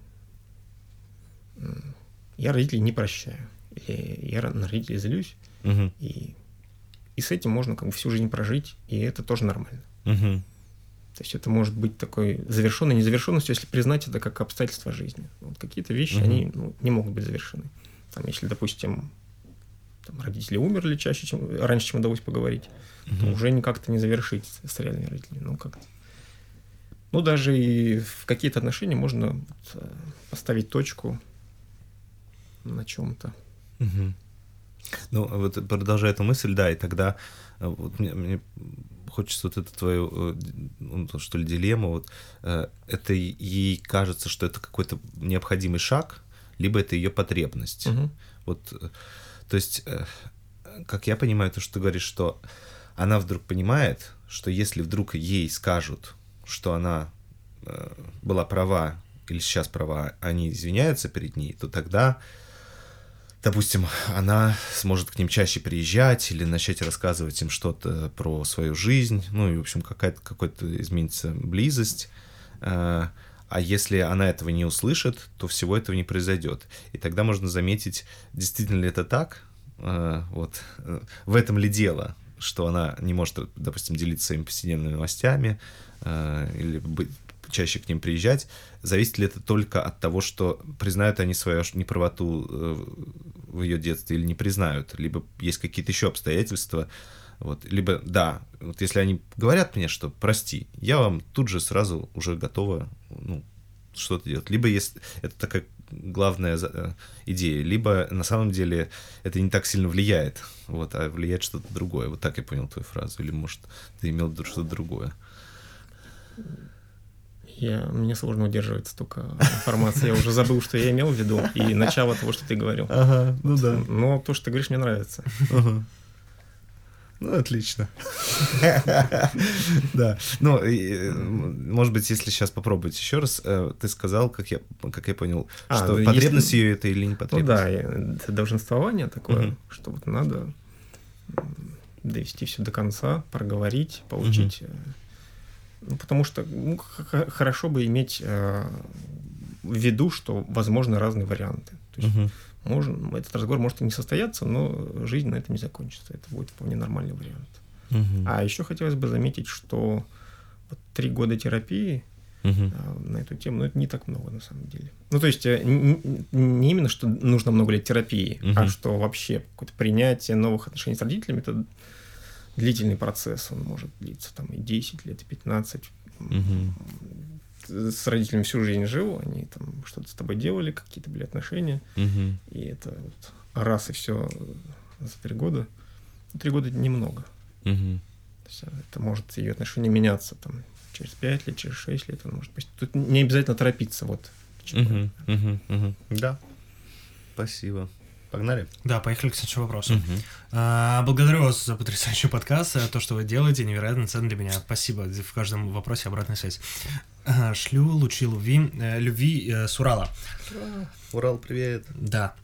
я родителей не прощаю, или я на родителей злюсь, Мгм. и с этим можно как бы всю жизнь прожить, и это тоже нормально. Мгм. То есть это может быть такой завершенной незавершенностью, если признать это как обстоятельства жизни. Вот какие-то вещи, Мгм. они не могут быть завершены. Там, если, допустим, там, родители умерли раньше, чем удалось поговорить, то уже как-то не завершить с реальными родителями. Ну, как-то. Ну, даже и в какие-то отношения можно поставить точку на чем-то. Мгм. Ну, вот продолжая эту мысль, да, и тогда вот мне хочется вот эту твою, ну, что ли, дилемму, вот это ей кажется, что это какой-то необходимый шаг, либо это ее потребность. Вот, то есть, как я понимаю, то, что ты говоришь, что она вдруг понимает, что если вдруг ей скажут, что она была права или сейчас права, они извиняются перед ней, то тогда, допустим, она сможет к ним чаще приезжать или начать рассказывать им что-то про свою жизнь, ну и, в общем, какая-то изменится близость. А если она этого не услышит, то всего этого не произойдет. И тогда можно заметить, действительно ли это так, вот, в этом ли дело, что она не может, допустим, делиться своими повседневными новостями или чаще к ним приезжать. Зависит ли это только от того, что признают они свою неправоту в ее детстве или не признают, либо есть какие-то еще обстоятельства. Вот. Либо, да, вот если они говорят мне, что прости, я вам тут же сразу уже готова что-то делать. Либо есть это такая главная идея, либо на самом деле это не так сильно влияет, вот, а влияет что-то другое. Вот так я понял твою фразу. Или, может, ты имел в виду что-то другое? Мне сложно удерживать столько информации. Я уже забыл, что я имел в виду, и начало того, что ты говорил. Ага, ну да. Но то, что ты говоришь, мне нравится. Ага. Ну, отлично. Да. Ну, может быть, если сейчас попробовать еще раз, ты сказал, как я понял, что потребность ее это или не потребность? Ну да, это долженствование такое, что вот надо довести все до конца, проговорить, получить. Ну, потому что хорошо бы иметь в виду, что возможны разные варианты. То есть этот разговор может и не состояться, но жизнь на этом не закончится. Это будет вполне нормальный вариант. А еще хотелось бы заметить, что вот 3 года терапии на эту тему, ну, это не так много на самом деле. Ну, то есть не именно, что нужно много лет терапии, а что вообще какое-то принятие новых отношений с родителями – это длительный процесс. Он может длиться там и 10 лет, и 15. С родителями всю жизнь жил, они там что-то с тобой делали, какие-то были отношения, и это вот раз и все за 3 года. 3 года это немного. То есть это может ее отношение меняться там через 5 лет, через 6 лет. Он может... Тут не обязательно торопиться. Вот. Да. Спасибо. Погнали? Да, поехали к следующему вопросу. Благодарю вас за потрясающий подкаст. То, что вы делаете, невероятно ценно для меня. Спасибо. В каждом вопросе обратная связь. Шлю лучи любви с Урала. Урал, привет. Да.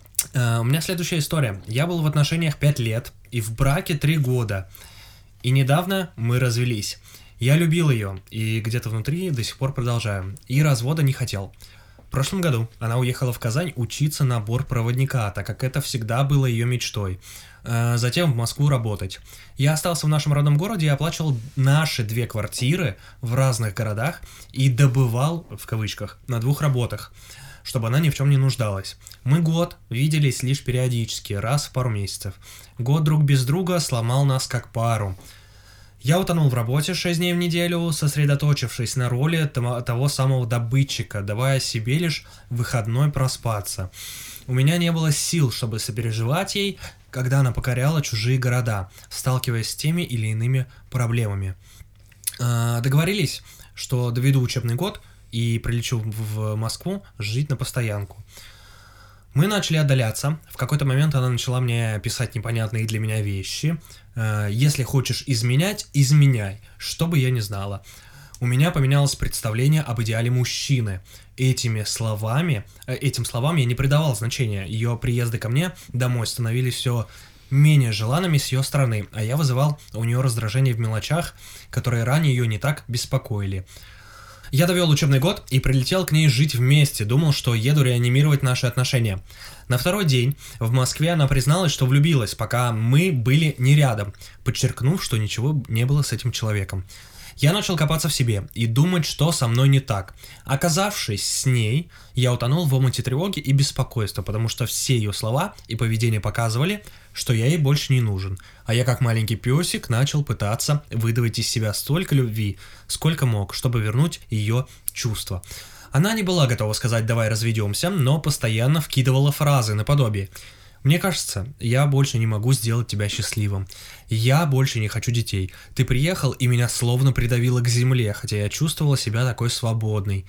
У меня следующая история. Я был в отношениях 5 лет и в браке 3 года. И недавно мы развелись. Я любил ее и где-то внутри до сих пор продолжаю. И развода не хотел. В прошлом году она уехала в Казань учиться на бортпроводника, так как это всегда было ее мечтой. Затем в Москву работать. Я остался в нашем родном городе и оплачивал наши 2 квартиры в разных городах и добывал, в кавычках, на 2 работах, чтобы она ни в чем не нуждалась. Мы год виделись лишь периодически, раз в пару месяцев. Год друг без друга сломал нас как пару. Я утонул в работе 6 дней в неделю, сосредоточившись на роли того самого добытчика, давая себе лишь выходной проспаться. У меня не было сил, чтобы сопереживать ей, когда она покоряла чужие города, сталкиваясь с теми или иными проблемами. Договорились, что доведу учебный год и прилечу в Москву жить на постоянку. Мы начали отдаляться. В какой-то момент она начала мне писать непонятные для меня вещи. Если хочешь изменять, изменяй, что бы я ни знала. У меня поменялось представление об идеале мужчины. Этим словам я не придавал значения. Ее приезды ко мне домой становились все менее желанными с ее стороны, а я вызывал у нее раздражение в мелочах, которые ранее ее не так беспокоили. Я довел учебный год и прилетел к ней жить вместе, думал, что еду реанимировать наши отношения. На 2-й день в Москве она призналась, что влюбилась, пока мы были не рядом, подчеркнув, что ничего не было с этим человеком. Я начал копаться в себе и думать, что со мной не так. Оказавшись с ней, я утонул в омуте тревоги и беспокойства, потому что все ее слова и поведение показывали, что я ей больше не нужен. А я как маленький песик начал пытаться выдавить из себя столько любви, сколько мог, чтобы вернуть ее чувства. Она не была готова сказать «давай разведемся», но постоянно вкидывала фразы наподобие: «Мне кажется, я больше не могу сделать тебя счастливым. Я больше не хочу детей. Ты приехал, и меня словно придавило к земле, хотя я чувствовала себя такой свободной.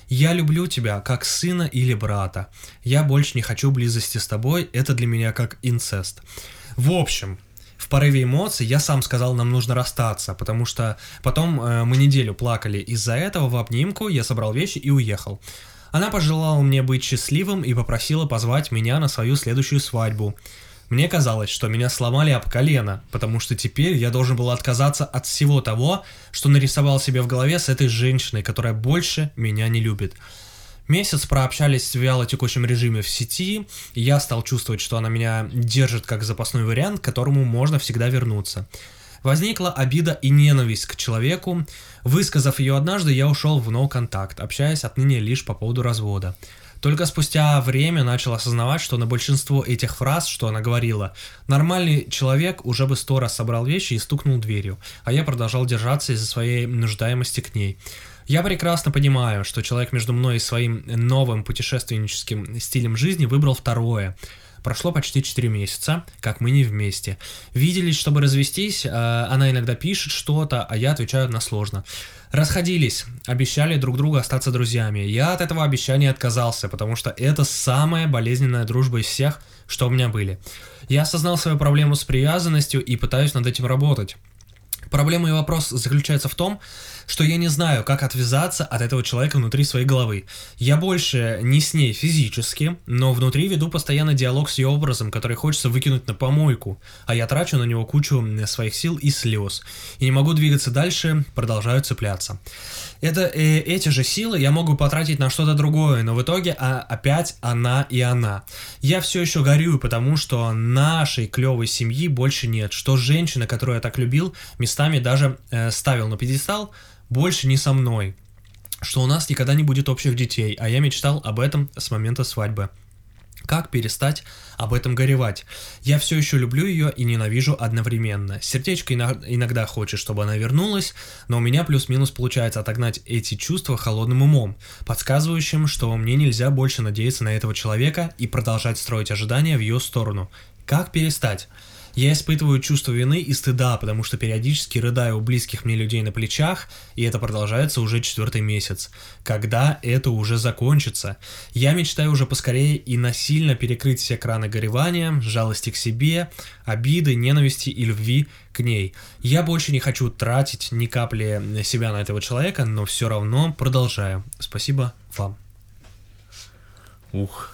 Я люблю тебя как сына или брата. Я больше не хочу близости с тобой, это для меня как инцест. В общем, в порыве эмоций я сам сказал, нам нужно расстаться, потому что потом мы неделю плакали из-за этого в обнимку, я собрал вещи и уехал. Она пожелала мне быть счастливым и попросила позвать меня на свою следующую свадьбу. Мне казалось, что меня сломали об колено, потому что теперь я должен был отказаться от всего того, что нарисовал себе в голове с этой женщиной, которая больше меня не любит. Месяц прообщались в вялотекущем режиме в сети, и я стал чувствовать, что она меня держит как запасной вариант, к которому можно всегда вернуться. Возникла обида и ненависть к человеку. Высказав ее однажды, я ушел в no контакт, общаясь отныне лишь по поводу развода. Только спустя время начал осознавать, что на большинство этих фраз, что она говорила, нормальный человек уже бы 100 раз собрал вещи и стукнул дверью, а я продолжал держаться из-за своей нуждаемости к ней. Я прекрасно понимаю, что человек между мной и своим новым путешественническим стилем жизни выбрал второе. Прошло почти 4 месяца, как мы не вместе. Виделись, чтобы развестись, она иногда пишет что-то, а я отвечаю односложно. Расходились, обещали друг другу остаться друзьями. Я от этого обещания отказался, потому что это самая болезненная дружба из всех, что у меня были. Я осознал свою проблему с привязанностью и пытаюсь над этим работать. Проблема и вопрос заключается в том, что я не знаю, как отвязаться от этого человека внутри своей головы. Я больше не с ней физически, но внутри веду постоянно диалог с ее образом, который хочется выкинуть на помойку, а я трачу на него кучу своих сил и слез. И не могу двигаться дальше, продолжаю цепляться. Эти же силы я могу потратить на что-то другое, но в итоге опять она и она. Я все еще горюю, потому что нашей клевой семьи больше нет, что женщина, которую я так любил, местами даже ставил на пьедестал, больше не со мной, что у нас никогда не будет общих детей, а я мечтал об этом с момента свадьбы. Как перестать об этом горевать? Я все еще люблю ее и ненавижу одновременно. Сердечко иногда хочет, чтобы она вернулась, но у меня плюс-минус получается отогнать эти чувства холодным умом, подсказывающим, что мне нельзя больше надеяться на этого человека и продолжать строить ожидания в ее сторону. Как перестать? Я испытываю чувство вины и стыда, потому что периодически рыдаю у близких мне людей на плечах, и это продолжается уже 4-й месяц. Когда это уже закончится? Я мечтаю уже поскорее и насильно перекрыть все краны горевания, жалости к себе, обиды, ненависти и любви к ней. Я больше не хочу тратить ни капли себя на этого человека, но все равно продолжаю. Спасибо вам. Ух.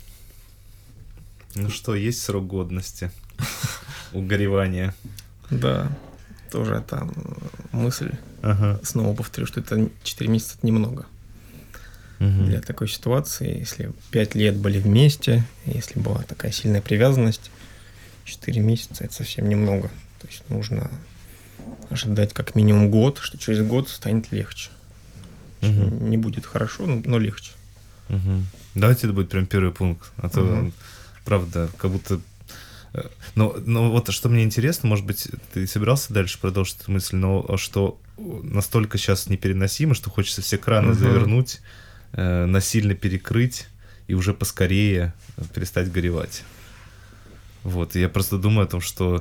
Ну что, есть срок годности у горевания? Да, тоже там мысль. Снова повторю, что это 4 месяца — это немного. Для такой ситуации, если 5 лет были вместе, если была такая сильная привязанность, 4 месяца — это совсем немного. То есть нужно ожидать как минимум год, что через год станет легче. Не будет хорошо, но легче. Давайте это будет прям первый пункт, а то, правда, как будто... Но вот что мне интересно, может быть, ты собирался дальше продолжить эту мысль, но что настолько сейчас непереносимо, что хочется все краны завернуть, насильно перекрыть и уже поскорее перестать горевать. Вот, и я просто думаю о том, что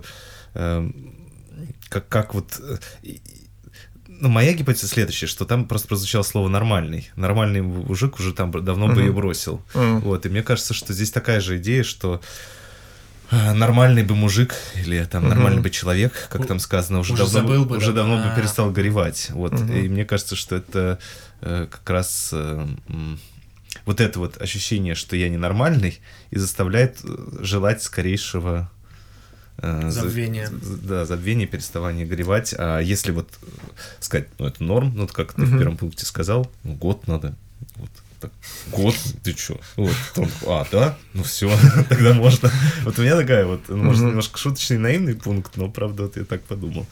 как вот... Ну, моя гипотеза следующая, что там просто прозвучало слово «нормальный». Нормальный мужик уже там давно бы ее бросил. Вот, и мне кажется, что здесь такая же идея, что нормальный бы мужик или там нормальный бы человек, как там сказано, уже давно бы перестал горевать. Вот. И мне кажется, что это как раз вот это вот ощущение, что я ненормальный, и заставляет желать скорейшего забвения. Забвения, переставания горевать. А если вот сказать, ну это норм, ну как ты в первом пункте сказал, ну год надо. Вот. Так, год, ты чё? Вот, да? Ну все, тогда можно. Вот у меня такая вот, может, немножко шуточный, наивный пункт, но правда вот я так подумал.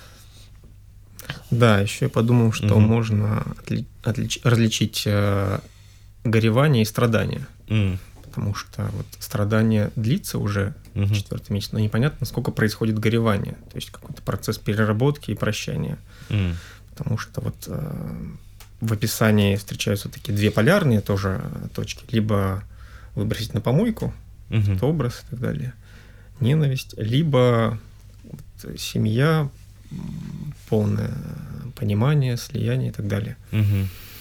Да, еще я подумал, что можно различить горевание и страдание. Потому что вот страдание длится уже 4-й месяц, но непонятно, сколько происходит горевание. То есть какой-то процесс переработки и прощания. Потому что вот в описании встречаются такие 2 полярные тоже точки. Либо выбросить на помойку, это образ и так далее, ненависть, либо вот семья, полное понимание, слияние и так далее.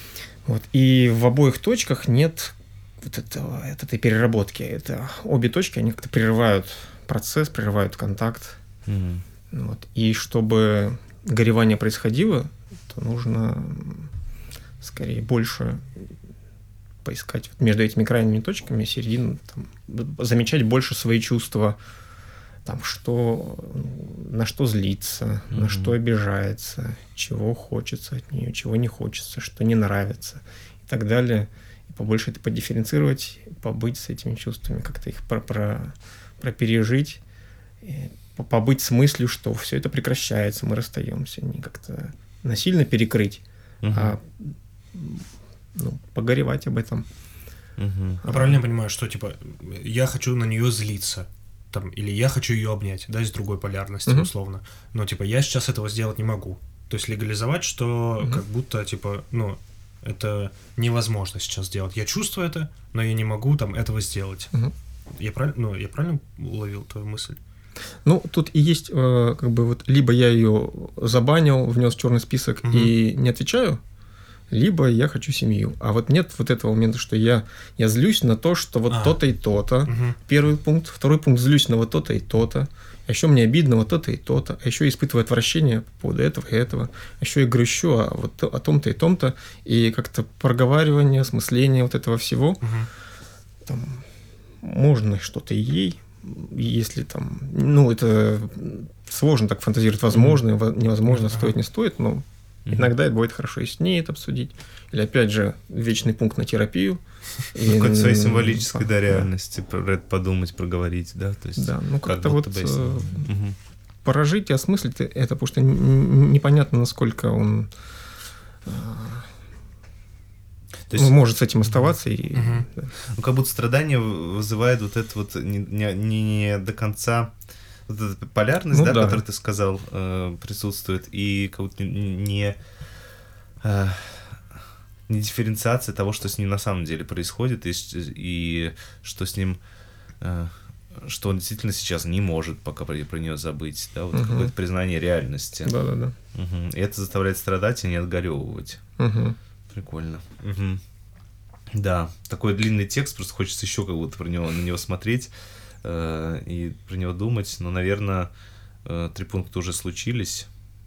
Вот. И в обоих точках нет вот этой переработки. Это обе точки, они как-то прерывают процесс, прерывают контакт. Вот. И чтобы горевание происходило, то нужно скорее больше поискать вот между этими крайними точками середину, там, замечать больше свои чувства, там, на что злится, на что обижается, чего хочется от нее, чего не хочется, что не нравится и так далее. И побольше это подифференцировать, побыть с этими чувствами, как-то их пропережить, побыть с мыслью, что все это прекращается, мы расстаемся, не как-то насильно перекрыть, а погоревать об этом. А правильно я понимаю, что типа я хочу на нее злиться, там, или я хочу ее обнять, да, из другой полярности, условно. Но типа я сейчас этого сделать не могу. То есть легализовать, что как будто типа, это невозможно сейчас сделать. Я чувствую это, но я не могу там этого сделать. Я правильно уловил твою мысль? Тут и есть как бы вот либо я ее забанил, внес в черный список и не отвечаю, либо я хочу семью. А вот нет вот этого момента, что я злюсь на то, что вот то-то и то-то. Первый пункт. Второй пункт, злюсь на вот то-то и то-то. А еще мне обидно вот то-то и то-то. А еще испытываю отвращение по поводу этого и этого. А еще я грущу о том-то и том-то. И как-то проговаривание, осмысление вот этого всего. Там, можно что-то ей, если там... это сложно так фантазировать. Возможно, невозможно, стоит, не стоит, но... Иногда это будет хорошо и с ней это обсудить. Или, опять же, вечный пункт на терапию. В какой-то своей символической реальности про это подумать, проговорить, да? То есть, как-то вот прожить и осмыслить это, потому что непонятно, насколько он может с этим оставаться. Как будто страдание вызывает вот это вот не до конца... Вот эта полярность, которую ты сказал, присутствует, и как будто не дифференциация того, что с ним на самом деле происходит, и что с ним, что он действительно сейчас не может пока про нее забыть, да, вот какое-то признание реальности. Да. И это заставляет страдать и не отгоревывать. Прикольно. Да, такой длинный текст, просто хочется еще как будто на него смотреть. И про него думать, но, наверное, 3 пункта уже случились.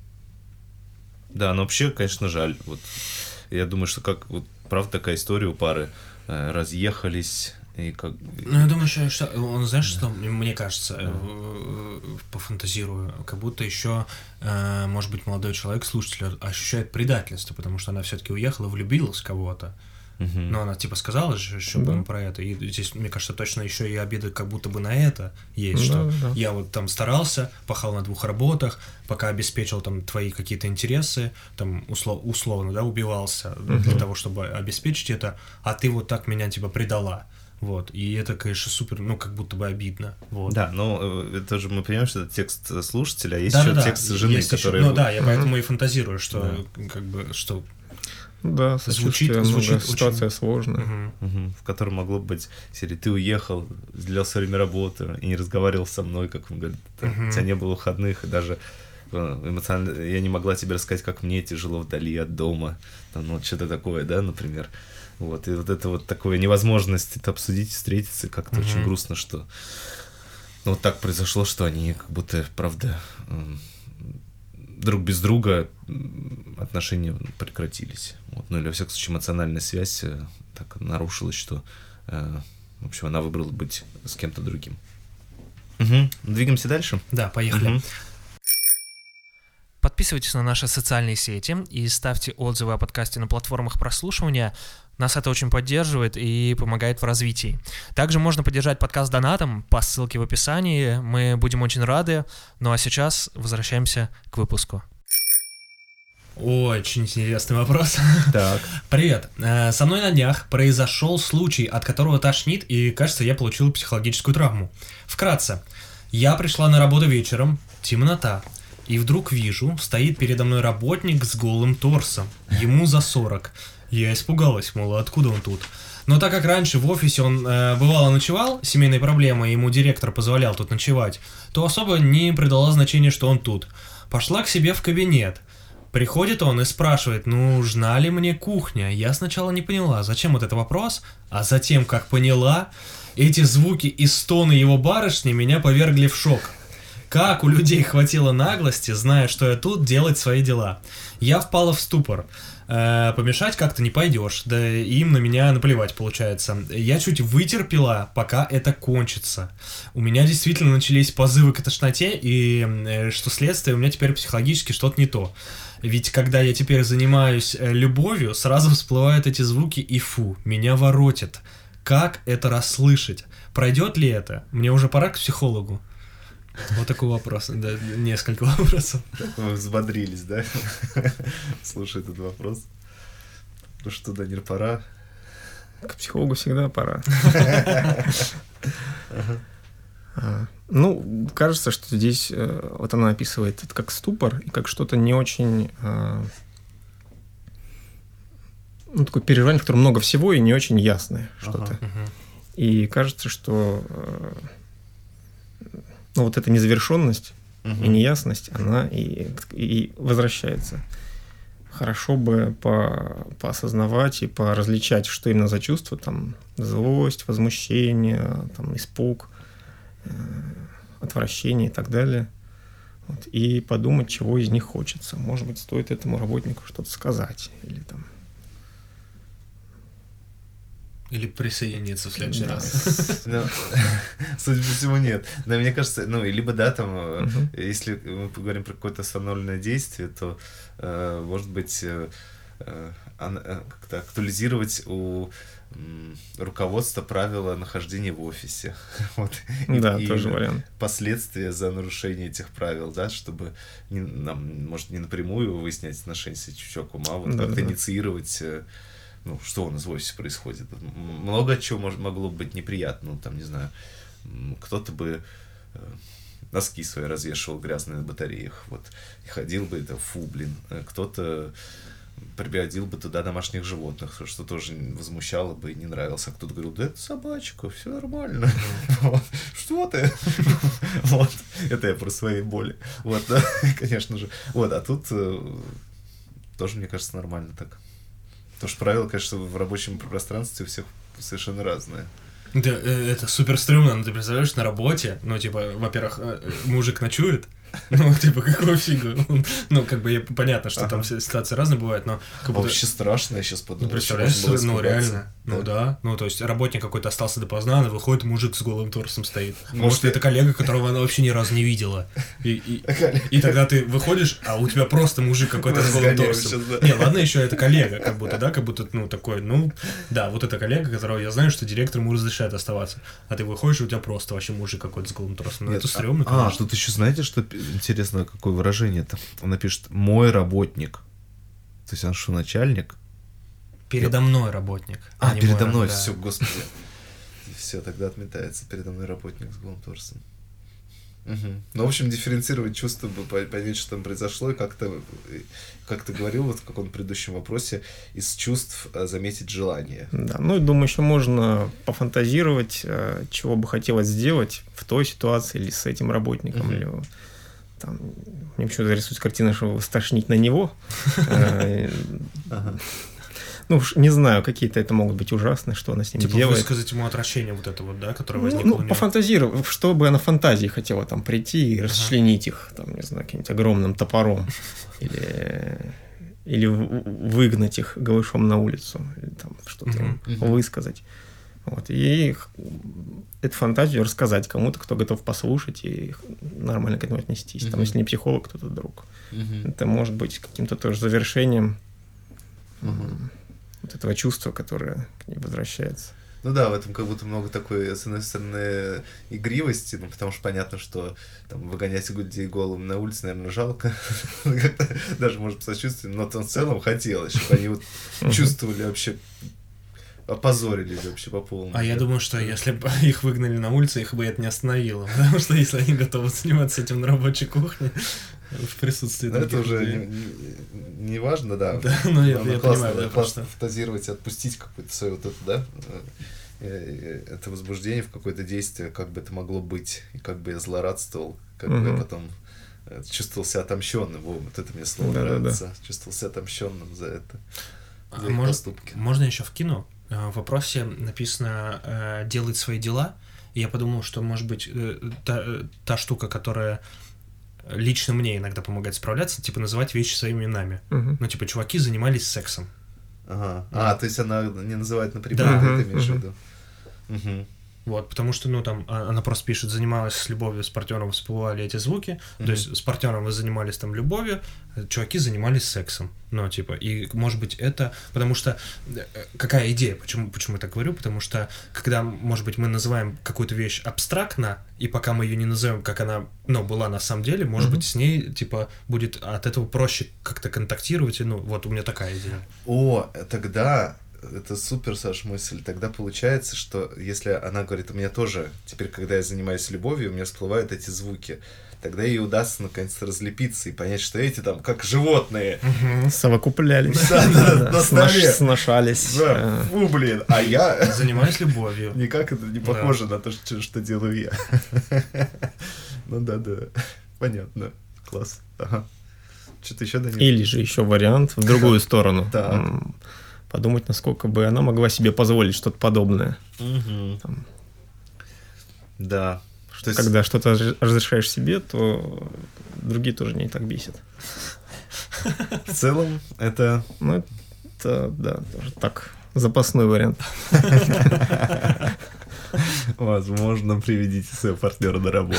Да, но вообще, конечно, жаль. Вот я думаю, что правда такая история у пары. Разъехались и как... я думаю, что он, знаешь, что мне кажется, пофантазирую, как будто еще, может быть, молодой человек, слушатель, ощущает предательство, потому что она все-таки уехала, влюбилась в кого-то. Но она типа сказала же еще про это, и здесь, мне кажется, точно еще и обида как будто бы на это есть, что я вот там старался, пахал на 2 работах, пока обеспечил там твои какие-то интересы, там условно, да, убивался для того, чтобы обеспечить это, а ты вот так меня типа предала. Вот, и это, конечно, супер, как будто бы обидно. Вот. Да, но это же мы понимаем, что это текст слушателя, а есть еще текст жены, который... я поэтому и фантазирую, что как бы, что... Да, звучит ситуация сложная. В которой могло быть серия: ты уехал, сделал все время работу и не разговаривал со мной, как он говорит, у тебя не было выходных, и даже эмоционально я не могла тебе рассказать, как мне тяжело вдали от дома, там, что-то такое, да, например. Вот, и вот это вот такое невозможность это обсудить, встретиться, как-то очень грустно, что вот так произошло, что они как будто, правда, друг без друга отношения прекратились. Вот. Или, во всяком случае, эмоциональная связь так нарушилась, что, в общем, она выбрала быть с кем-то другим. Двигаемся дальше? Да, поехали. Подписывайтесь на наши социальные сети и ставьте отзывы о подкасте на платформах прослушивания. Нас это очень поддерживает и помогает в развитии. Также можно поддержать подкаст донатом по ссылке в описании. Мы будем очень рады. Ну а сейчас возвращаемся к выпуску. Очень интересный вопрос. Так. Привет. Со мной на днях произошел случай, от которого тошнит, и, кажется, я получил психологическую травму. Вкратце. Я пришла на работу вечером, темнота, и вдруг вижу, стоит передо мной работник с голым торсом. Ему за 40. Я испугалась, мол, откуда он тут? Но так как раньше в офисе он бывало ночевал, семейные проблемы, ему директор позволял тут ночевать, то особо не придала значения, что он тут. Пошла к себе в кабинет. Приходит он и спрашивает, нужна ли мне кухня? Я сначала не поняла, зачем вот этот вопрос, а затем, как поняла, эти звуки и стоны его барышни меня повергли в шок. Как у людей хватило наглости, зная, что я тут, делать свои дела? Я впала в ступор. Помешать как-то не пойдешь, да им на меня наплевать получается. Я чуть вытерпела, пока это кончится. У меня действительно начались позывы к тошноте, и что следствие, у меня теперь психологически что-то не то. Ведь когда я теперь занимаюсь любовью, сразу всплывают эти звуки и фу, меня воротит. Как это расслышать? Пройдет ли это? Мне уже пора к психологу. Вот такой вопрос, да, несколько вопросов. Мы взбодрились, да? Слушай этот вопрос. Ну что, Данир, пора? К психологу всегда пора. Ну, кажется, что здесь вот она описывает это как ступор и как что-то не очень... Ну, такое переживание, в котором много всего и не очень ясное что-то. И кажется, что... Ну, вот эта незавершенность и неясность, она и возвращается. Хорошо бы поосознавать и поразличать, что именно за чувство, там, злость, возмущение, там, испуг, отвращение и так далее. Вот, и подумать, чего из них хочется. Может быть, стоит этому работнику что-то сказать. Или там... Или присоединиться в следующий раз. Судя по всему, нет. Да, мне кажется, ну, либо, да, там, если мы поговорим про какое-то остановленное действие, то, может быть, как-то актуализировать у руководства правила нахождения в офисе. Вот. Да, тоже вариант. Последствия за нарушение этих правил, да, чтобы нам, может, не напрямую выяснять отношения с этим человеком, а вот как-то инициировать... Ну, что у нас в офисе происходит? Много чего могло быть неприятно. Ну, там, не знаю, кто-то бы носки свои развешивал грязные на батареях. Вот. И ходил бы, это фу, блин. Кто-то приводил бы туда домашних животных, что тоже возмущало бы и не нравилось. А кто-то говорил, да это собачка, все нормально. Что ты? Вот. Это я про свои боли. Вот, да, конечно же. Вот, а тут тоже, мне кажется, нормально так. Потому что правила, конечно, в рабочем пространстве у всех совершенно разные. Да, это супер стрёмно, ты представляешь, на работе, ну, типа, во-первых, мужик ночует, ну, типа, какого фига? Ну, как бы, понятно, что там ситуации разные бывают, но... Вообще страшно, я сейчас подумал. Ну, представляешь, ну, реально, ну, да, ну, то есть, работник какой-то остался допоздна, и выходит мужик с голым торсом стоит. Может, это коллега, которого она вообще ни разу не видела. И тогда ты выходишь, а у тебя просто мужик какой-то с голым торсом. Не, ладно, еще это коллега, как будто, да, как будто, ну, такой, ну, да, вот это коллега, которого я знаю, что директор ему разрешает оставаться. А ты выходишь, и у тебя просто вообще мужик какой-то с голым торсом. Ну, это стрёмно, конечно. А, тут еще знаете, что интересно, какое выражение-то? Она пишет «мой работник». То есть он что, начальник? Передо мной работник. Передо мной, все, господи. Все, тогда отметается. Передо мной работник с голым торсом. Ну, в общем, дифференцировать чувства, понять, что там произошло, и как-то, как ты говорил, вот в каком-то предыдущем вопросе, из чувств заметить желание. Да, ну, думаю, еще можно пофантазировать, чего бы хотелось сделать в той ситуации или с этим работником, или там, мне почему-то зарисуется картина, что стошнить на него. Ну, не знаю, какие-то это могут быть ужасные, что она с ним типа делает. Высказать ему отвращение вот это вот, да, которое возникло у Ну, него. пофантазировать, чтобы она фантазии хотела там прийти и расчленить их, там, не знаю, каким-нибудь огромным топором. Или выгнать их голышом на улицу. Или там что-то им высказать. Вот. И эту фантазию рассказать кому-то, кто готов послушать и нормально к этому отнестись. Там, если не психолог, кто-то друг. Это может быть каким-то тоже завершением вот этого чувства, которое к ней возвращается. Ну да, в этом как будто много такой, с одной стороны, игривости, ну потому что понятно, что там выгонять людей голым на улице, наверное, жалко, даже, может, сочувственно, но в целом хотелось, чтобы они вот чувствовали вообще, опозорились вообще по полному. А я думаю, что если бы их выгнали на улицу, их бы это не остановило, потому что если они готовы заниматься этим на рабочей кухне, в присутствии других людей. Это уже не важно, да. Да, но я понимаю, да, классно фантазировать, отпустить какое-то свое вот это, да, это возбуждение в какое-то действие, как бы это могло быть, и как бы я злорадствовал, как бы я потом чувствовал себя отомщенным. Вот это мне слово нравится. Чувствовал себя отомщенным за это. За их поступки. Можно еще вкину? В вопросе написано «делать свои дела». И я подумал, что, может быть, та штука, которая лично мне иногда помогает справляться, типа называть вещи своими именами. Ну, типа, чуваки занимались сексом. Ага. То есть она не называет напрямую, ты это имеешь в виду? Вот, потому что, ну, там, она просто пишет, занималась с любовью, с партнером всплывали эти звуки, то есть с партнером вы занимались там любовью, чуваки занимались сексом, ну, типа, и, может быть, это, потому что, какая идея, почему я так говорю, потому что, когда, может быть, мы называем какую-то вещь абстрактно, и пока мы ее не назовем, как она, ну, была на самом деле, может быть, с ней, типа, будет от этого проще как-то контактировать, и, ну, вот у меня такая идея. Тогда... Это супер, Саш, мысль. Тогда получается, что если она говорит, у меня тоже, теперь, когда я занимаюсь любовью, у меня всплывают эти звуки, тогда ей удастся наконец-то разлепиться и понять, что эти там как животные. Совокуплялись. На столе. Сношались. Фу, блин, а я... Занимаюсь любовью. Никак это не похоже на то, что делаю я. Ну да. Понятно. Класс. Что-то еще, Данил? Или же еще вариант в другую сторону. Так. Подумать, насколько бы она могла себе позволить что-то подобное. Да. Когда что-то разрешаешь себе, то другие тоже не так бесят. В целом, это... Ну, это, да, тоже так, запасной вариант. Возможно, приведите своего партнера на работу.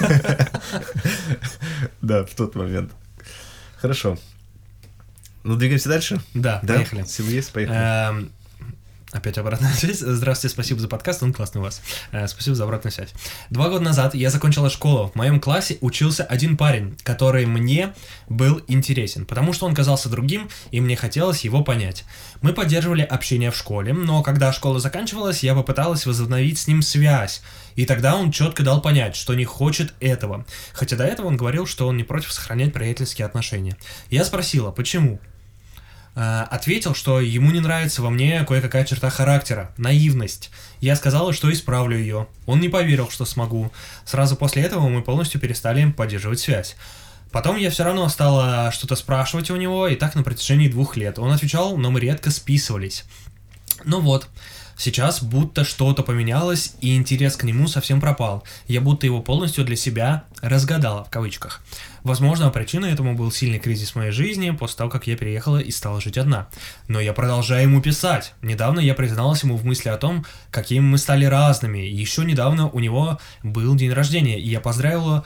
Да, в тот момент. Хорошо. Ну, двигаемся дальше? Да, поехали. Силы есть, поехали. Опять обратная связь. Здравствуйте, спасибо за подкаст, он классный у вас. Спасибо за обратную связь. 2 года назад я закончила школу. В моем классе учился один парень, который мне был интересен, потому что он казался другим, и мне хотелось его понять. Мы поддерживали общение в школе, но когда школа заканчивалась, я попыталась возобновить с ним связь. И тогда он четко дал понять, что не хочет этого. Хотя до этого он говорил, что он не против сохранять приятельские отношения. Я спросила, почему? Ответил, что ему не нравится во мне кое-какая черта характера, наивность. Я сказала, что исправлю ее. Он не поверил, что смогу. Сразу после этого мы полностью перестали поддерживать связь. Потом я все равно стала что-то спрашивать у него, и так на протяжении 2 лет. Он отвечал, но мы редко списывались. Ну вот, сейчас будто что-то поменялось, и интерес к нему совсем пропал. Я будто его полностью для себя разгадала, в кавычках. Возможно, причиной этому был сильный кризис в моей жизни после того, как я переехала и стала жить одна. Но я продолжаю ему писать. Недавно я призналась ему в мысли о том, какими мы стали разными. Еще недавно у него был день рождения, и я поздравила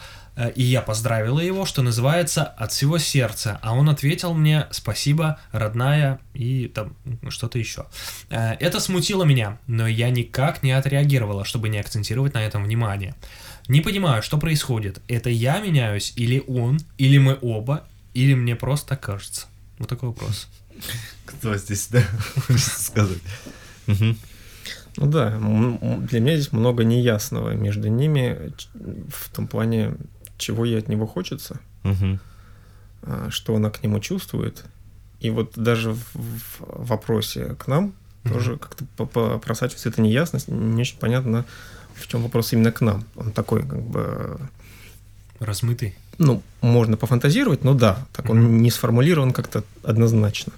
его, что называется, от всего сердца. А он ответил мне «спасибо, родная» и там что-то еще. Это смутило меня, но я никак не отреагировала, чтобы не акцентировать на этом внимание. Не понимаю, что происходит. Это я меняюсь, или он, или мы оба, или мне просто кажется. Вот такой вопрос. Кто здесь, да, хочет сказать? Ну да, для меня здесь много неясного между ними в том плане, чего ей от него хочется, что она к нему чувствует. И вот даже в вопросе к нам тоже как-то просачивается эта неясность, не очень понятно, в чем вопрос именно к нам. Он такой, как бы... Размытый. Ну, можно пофантазировать, но да, так он не сформулирован как-то однозначно.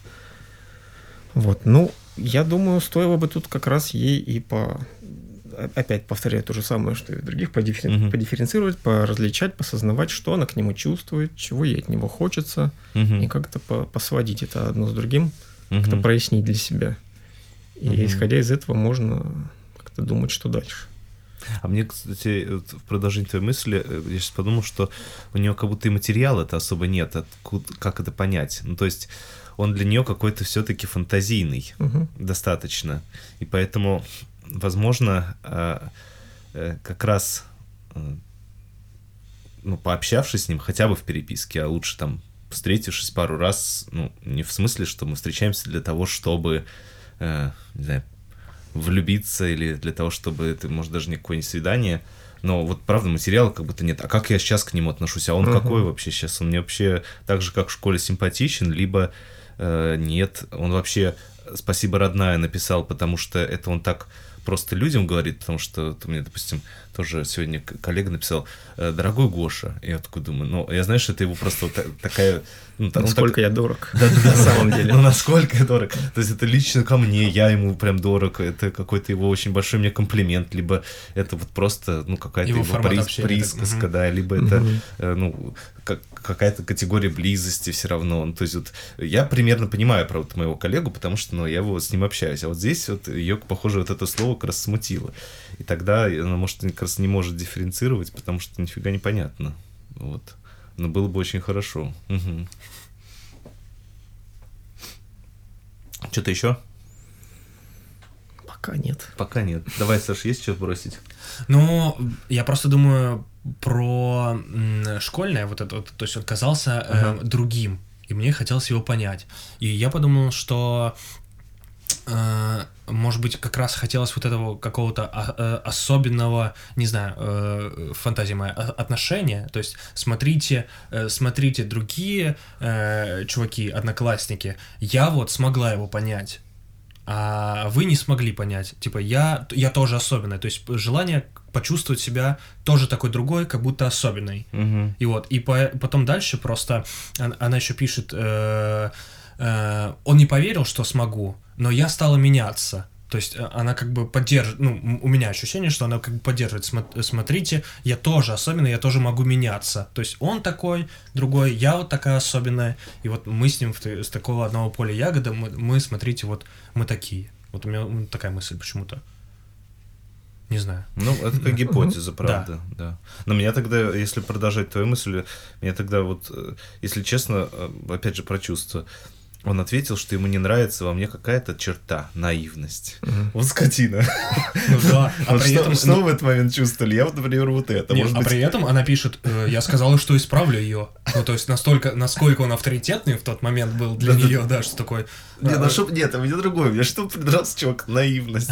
Вот, ну, я думаю, стоило бы тут как раз ей и опять повторяю то же самое, что и в других, подифференцировать, поразличать, посознавать, что она к нему чувствует, чего ей от него хочется, и как-то посводить это одно с другим, как-то прояснить для себя. И исходя из этого можно как-то думать, что дальше. А мне, кстати, в продолжении твоей мысли, я сейчас подумал, что у нее как будто и материала-то особо нет, как это понять. Ну, то есть он для нее какой-то все-таки фантазийный достаточно. И поэтому, возможно, как раз пообщавшись с ним, хотя бы в переписке, а лучше там встретившись пару раз, ну, не в смысле, что мы встречаемся для того, чтобы, не знаю, влюбиться или для того, чтобы это, может, даже не какое-нибудь свидание, но вот правда материала как будто нет. А как я сейчас к нему отношусь? А он какой вообще сейчас? Он мне вообще так же, как в школе, симпатичен, либо нет, он вообще «спасибо, родная» написал, потому что это он так просто людям говорит, потому что ты мне, допустим, тоже сегодня коллега написал: дорогой Гоша. И я такой думаю, ну, я знаю, что это его просто вот такая... Насколько я дорог. Да, на самом деле. Ну, насколько я дорог. То есть это лично ко мне, я ему прям дорог, это какой-то его очень большой мне комплимент, либо это вот просто, ну, какая-то его присказка, да, либо это, ну, какая-то категория близости все равно. Ну, то есть вот я примерно понимаю про вот моего коллегу, потому что, ну, я вот с ним общаюсь, а вот здесь вот ее, похоже, вот это слово как раз смутило. И тогда она, может, как раз не может дифференцировать, потому что нифига не понятно. Вот. Но было бы очень хорошо. Угу. Что-то еще? Пока нет. Пока нет. Давай, Саш, есть что бросить? Ну, я просто думаю про школьное вот это вот, то есть он казался другим, и мне хотелось его понять. И я подумал, что может быть, как раз хотелось вот этого какого-то особенного, не знаю, фантазия моя, отношения. То есть смотрите другие чуваки, одноклассники, я вот смогла его понять, а вы не смогли понять. Типа я тоже особенная. То есть желание почувствовать себя тоже такой другой, как будто особенной. Угу. И вот, и потом дальше просто она еще пишет, он не поверил, что смогу, но я стала меняться. То есть она как бы поддерживает, ну, у меня ощущение, что она как бы поддерживает, смотрите, я тоже особенный, я тоже могу меняться. То есть он такой, другой, я вот такая особенная, и вот мы с ним с такого одного поля ягоды, мы смотрите, вот мы такие. Вот у меня такая мысль почему-то. Не знаю. Ну, это как гипотеза, правда, да. Но меня тогда, если продолжать твою мысль, меня тогда вот, если честно, опять же, про чувства, он ответил, что ему не нравится во мне какая-то черта, наивность. Вот скотина. Ну да. А Вот при этом... что в этот момент чувствовали? Я вот, например, вот это. Нет, при этом она пишет, я сказала, что исправлю ее. Ну, то есть, насколько он авторитетный в тот момент был для нее, да, что такой... Нет, нет, у меня другое. У меня что придрался чувак? Наивность.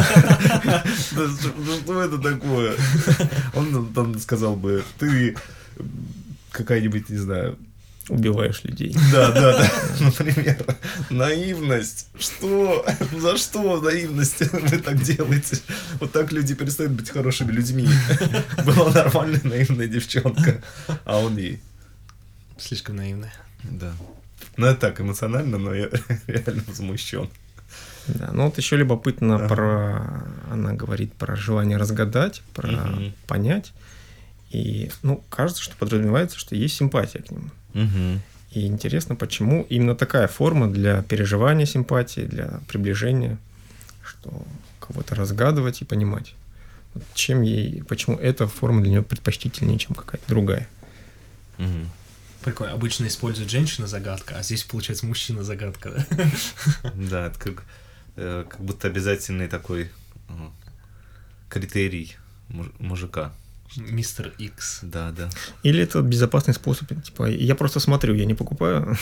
Что это такое? Он там сказал бы, ты какая-нибудь, не знаю... Убиваешь людей. Да, например. Наивность. Что? За что наивность вы так делаете? Вот так люди перестают быть хорошими людьми. Была нормальная наивная девчонка, а он ей. Слишком наивная. Да. Ну, это так, эмоционально, но я реально возмущен. Да, ну вот еще любопытно она говорит про желание разгадать, про понять. И, ну, кажется, что подразумевается, что есть симпатия к нему. И интересно, почему именно такая форма для переживания симпатии, для приближения, что кого-то разгадывать и понимать. Вот почему эта форма для нее предпочтительнее, чем какая-то другая. Прикольно. Обычно используют женщина-загадка, а здесь, получается, мужчина-загадка, да? Да, это как будто обязательный такой критерий мужика. Мистер Икс. Да. Или это безопасный способ, типа, я просто смотрю, я не покупаю.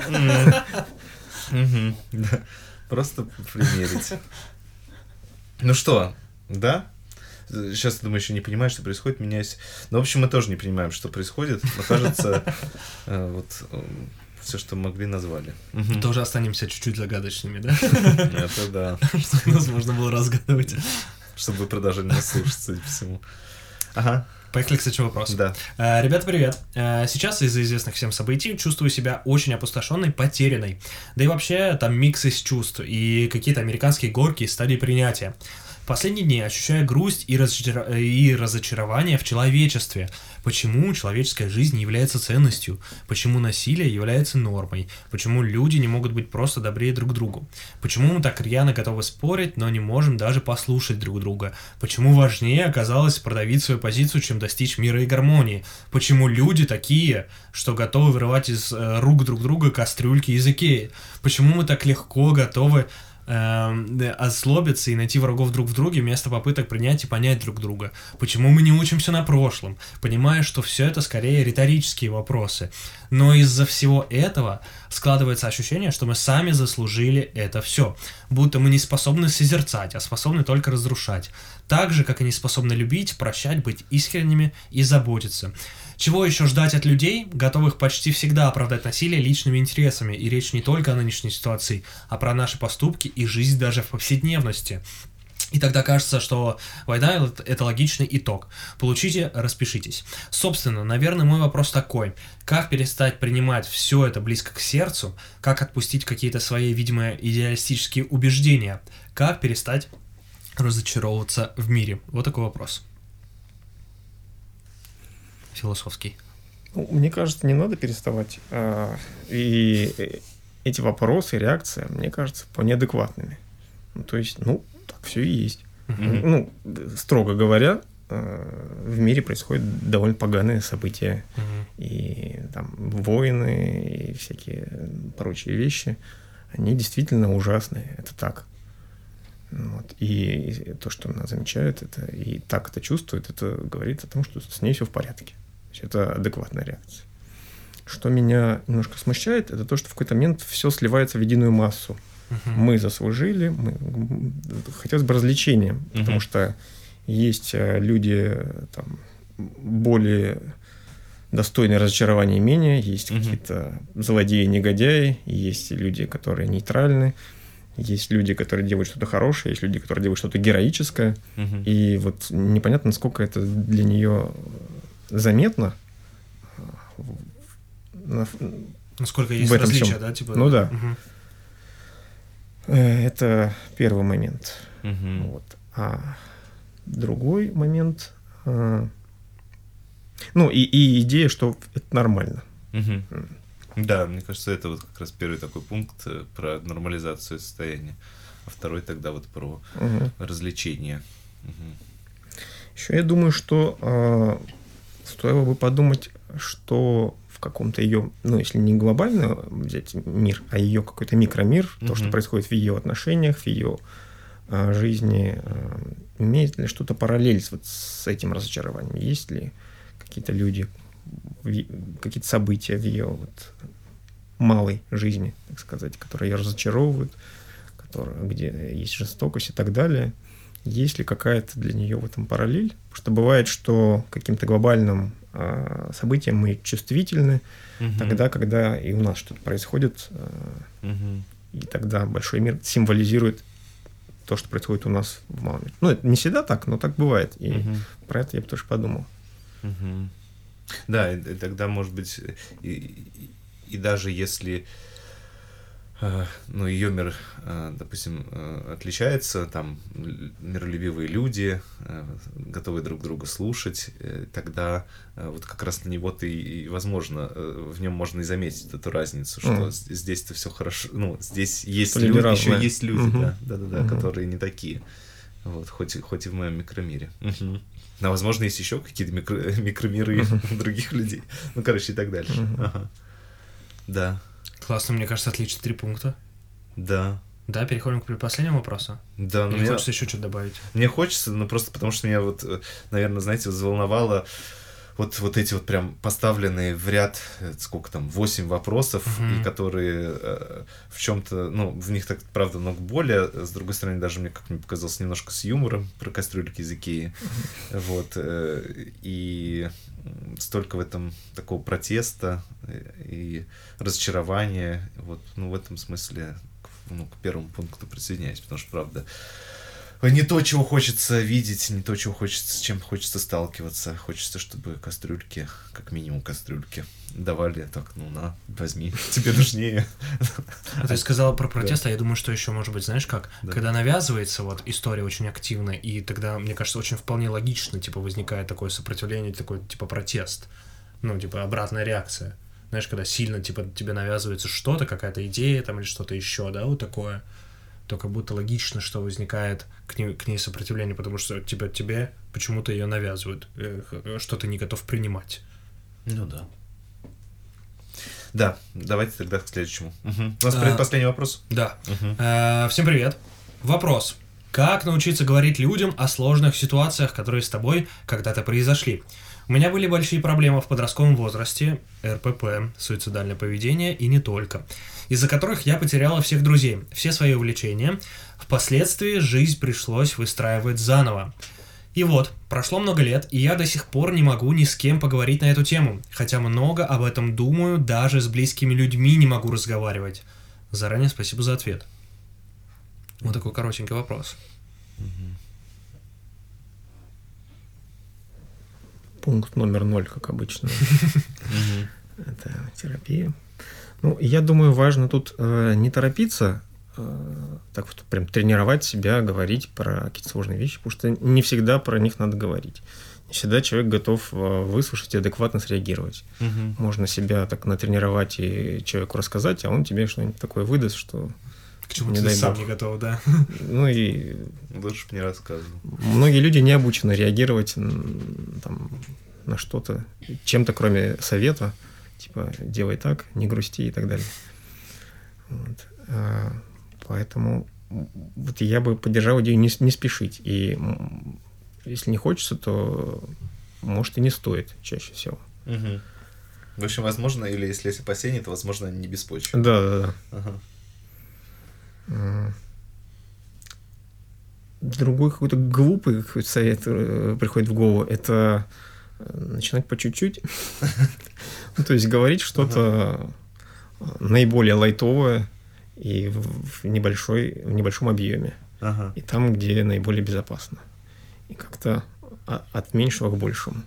Просто примерить. Ну что, да? Сейчас, думаю, еще не понимаю, что происходит, меняюсь. Ну, в общем, мы тоже не понимаем, что происходит, но, кажется, вот все, что могли, назвали. Тоже останемся чуть-чуть загадочными, да? Это да. Чтобы нас можно было разгадывать. Чтобы вы продолжали нас слушать, судя по всему. Ага. Поехали к следующему вопросу. Да. Ребята, привет. Сейчас из-за известных всем событий чувствую себя очень опустошенной, потерянной. Да и вообще там микс из чувств и какие-то американские горки из стадии принятия. В последние дни ощущаю грусть и разочарование в человечестве. Почему человеческая жизнь является ценностью? Почему насилие является нормой? Почему люди не могут быть просто добрее друг к другу? Почему мы так рьяно готовы спорить, но не можем даже послушать друг друга? Почему важнее оказалось продавить свою позицию, чем достичь мира и гармонии? Почему люди такие, что готовы вырывать из рук друг друга кастрюльки из Икеи? Почему мы так легко готовы озлобиться и найти врагов друг в друге вместо попыток принять и понять друг друга? Почему мы не учимся на прошлом, понимая, что все это скорее риторические вопросы? Но из-за всего этого складывается ощущение, что мы сами заслужили это все, будто мы не способны созерцать, а способны только разрушать, так же, как и не способны любить, прощать, быть искренними и заботиться. Чего еще ждать от людей, готовых почти всегда оправдать насилие личными интересами, и речь не только о нынешней ситуации, а про наши поступки и жизнь даже в повседневности. И тогда кажется, что война – это логичный итог. Получите, распишитесь. Собственно, наверное, мой вопрос такой. Как перестать принимать все это близко к сердцу? Как отпустить какие-то свои, видимо, идеалистические убеждения? Как перестать разочаровываться в мире? Вот такой вопрос. Философский. Мне кажется, не надо переставать. И эти вопросы, реакции, мне кажется, вполне адекватными. То есть, так все и есть. Строго говоря, в мире происходят довольно поганые события. И там войны, и всякие прочие вещи, они действительно ужасные. Это так. Вот. И то, что она замечает, это и так это чувствует, это говорит о том, что с ней все в порядке. То есть это адекватная реакция. Что меня немножко смущает, это то, что в какой-то момент все сливается в единую массу. Мы заслужили, хотелось бы развлечения, потому что есть люди там, более достойные разочарования и менее, есть какие-то злодеи, негодяи, есть люди, которые нейтральны, есть люди, которые делают что-то хорошее, есть люди, которые делают что-то героическое, и вот непонятно, насколько это для нее заметно. Насколько есть различия, да? Типа... Ну да. Это первый момент. Вот. А другой момент... и идея, что это нормально. Да, мне кажется, это вот как раз первый такой пункт про нормализацию состояния. А второй тогда вот про развлечение. Еще я думаю, что стоило бы подумать, что в каком-то ее, если не глобально взять мир, а ее какой-то микромир, то, что происходит в ее отношениях, в ее жизни, имеет ли что-то параллель с этим разочарованием? Есть ли какие-то люди, какие-то события в ее малой жизни, так сказать, которые ее разочаровывают, где есть жестокость и так далее? Есть ли какая-то для нее в этом параллель? Потому что бывает, что каким-то глобальным событиям мы чувствительны тогда, когда и у нас что-то происходит, и тогда большой мир символизирует то, что происходит у нас в малом мире. Это не всегда так, но так бывает. И про это я бы тоже подумал. Да, и тогда, может быть, и даже если ее мир, допустим, отличается, там миролюбивые люди, готовые друг друга слушать, тогда вот как раз на него-то и возможно, в нем можно и заметить эту разницу, что здесь-то все хорошо, здесь есть люди, еще есть люди, да, которые не такие, вот, хоть и в моем микромире. Но, возможно, есть еще какие-то микромиры других людей, и так дальше. Да. Классно, мне кажется, отлично 3 пункта. Да. Да, переходим к предпоследнему вопросу. Да, Или хочется еще что-то добавить? Мне хочется, просто потому что меня наверное, знаете, взволновало вот эти прям поставленные в ряд, сколько там, 8 вопросов, и которые в чем-то, в них так, правда, много боли, а с другой стороны, даже мне, как мне показалось, немножко с юмором про кастрюльки из Икеи. Вот. И столько в этом такого протеста и разочарования. Вот, в этом смысле к первому пункту присоединяюсь, потому что, правда, не то, чего хочется видеть, не то, чего хочется, с чем хочется сталкиваться. Хочется, чтобы кастрюльки, как минимум кастрюльки, давали так, на, возьми, тебе нужнее. Ты сказала про протест, а я думаю, что еще может быть, знаешь как, когда навязывается история очень активно, и тогда, мне кажется, очень вполне логично, возникает такое сопротивление, такой, протест, обратная реакция. Знаешь, когда сильно, тебе навязывается что-то, какая-то идея там или что-то еще, да, вот такое, то как будто логично, что возникает к ней сопротивление, потому что тебе почему-то ее навязывают, что ты не готов принимать. Да. Да, давайте тогда к следующему. У нас предпоследний вопрос. Да. Всем привет. Вопрос. Как научиться говорить людям о сложных ситуациях, которые с тобой когда-то произошли? У меня были большие проблемы в подростковом возрасте, РПП, суицидальное поведение и не только, из-за которых я потеряла всех друзей, все свои увлечения. Впоследствии жизнь пришлось выстраивать заново. И вот, прошло много лет, и я до сих пор не могу ни с кем поговорить на эту тему, хотя много об этом думаю, даже с близкими людьми не могу разговаривать. Заранее спасибо за ответ. Вот такой коротенький вопрос. Пункт номер 0, как обычно. Это терапия. Ну, я думаю, важно тут не торопиться, так вот прям тренировать себя, говорить про какие-то сложные вещи, потому что не всегда про них надо говорить. Не всегда человек готов выслушать и адекватно среагировать. Можно себя так натренировать и человеку рассказать, а он тебе что-нибудь такое выдаст, что... К чему ты сам не готов, да? Ну и... Лучше бы не рассказывал. Многие люди не обучены реагировать там, на что-то, чем-то кроме совета, типа делай так, не грусти и так далее. Вот. Поэтому вот я бы поддержал идею не спешить. И если не хочется, то может и не стоит чаще всего. В общем, возможно, или если есть опасения, то, возможно, они не беспочвенны. Да. Другой какой-то глупый какой-то совет приходит в голову, это начинать по чуть-чуть. То есть говорить что-то наиболее лайтовое и в небольшом объеме. И там, где наиболее безопасно. И как-то от меньшего к большему.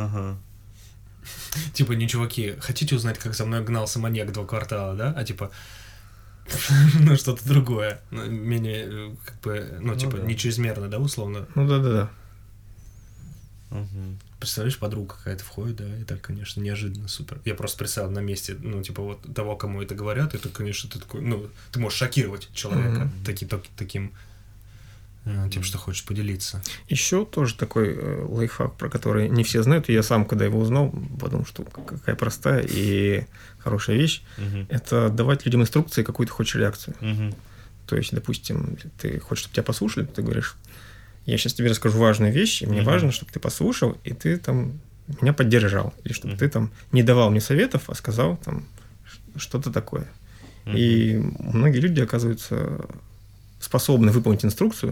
Типа, не чуваки, хотите узнать, как за мной гнался маньяк 2 квартала, да? А типа... Ну, что-то другое. Менее, как бы, не чрезмерно, да, условно? Ну, да. Представляешь, подруга какая-то входит, да, и так, конечно, неожиданно супер. Я просто представил на месте, вот того, кому это говорят, это, конечно, ты такой, ты можешь шокировать человека таким, тем, что хочешь поделиться. Еще тоже такой лайфхак, про который не все знают, и я сам, когда его узнал, подумал, что какая простая и хорошая вещь, это давать людям инструкции, какую ты хочешь реакцию. То есть, допустим, ты хочешь, чтобы тебя послушали, ты говоришь, я сейчас тебе расскажу важную вещь, и мне важно, чтобы ты послушал, и ты там меня поддержал, или чтобы ты там не давал мне советов, а сказал там что-то такое. И многие люди оказываются способны выполнить инструкцию,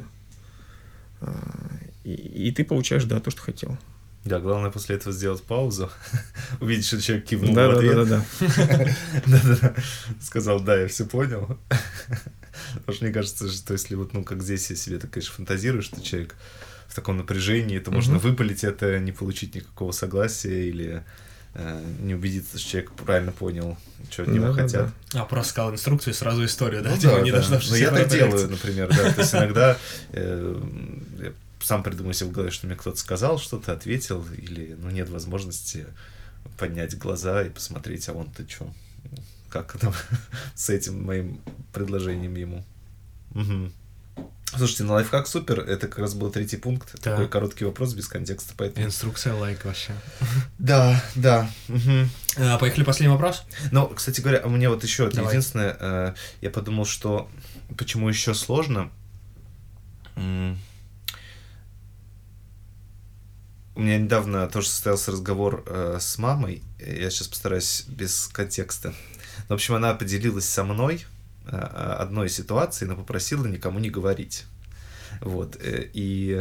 и ты получаешь, да, то, что хотел. Да, главное после этого сделать паузу, увидеть, что человек кивнул в ответ. Да. Сказал, да, я все понял. Потому что мне кажется, что если вот, как здесь я себе, так, конечно, фантазирую, что человек в таком напряжении, то можно выпалить это, не получить никакого согласия или не убедиться, что человек правильно понял, что от него хотят. А просто сказал инструкцию и сразу историю, да? Ну, не дождавшись. Но я так делаю, например, да. То есть иногда я сам придумаю себе в голове, что мне кто-то сказал что-то, ответил, или нет возможности поднять глаза и посмотреть, а он-то что, как там с этим моим предложением ему. Слушайте, лайфхак супер, это как раз был 3-й пункт, такой короткий вопрос без контекста, поэтому... Инструкция лайк вообще. Да. Поехали, последний вопрос. Ну, кстати говоря, у меня вот еще единственное, я подумал, что почему еще сложно... У меня недавно тоже состоялся разговор с мамой, я сейчас постараюсь без контекста. В общем, она поделилась со мной одной ситуацией, но попросила никому не говорить. Вот. И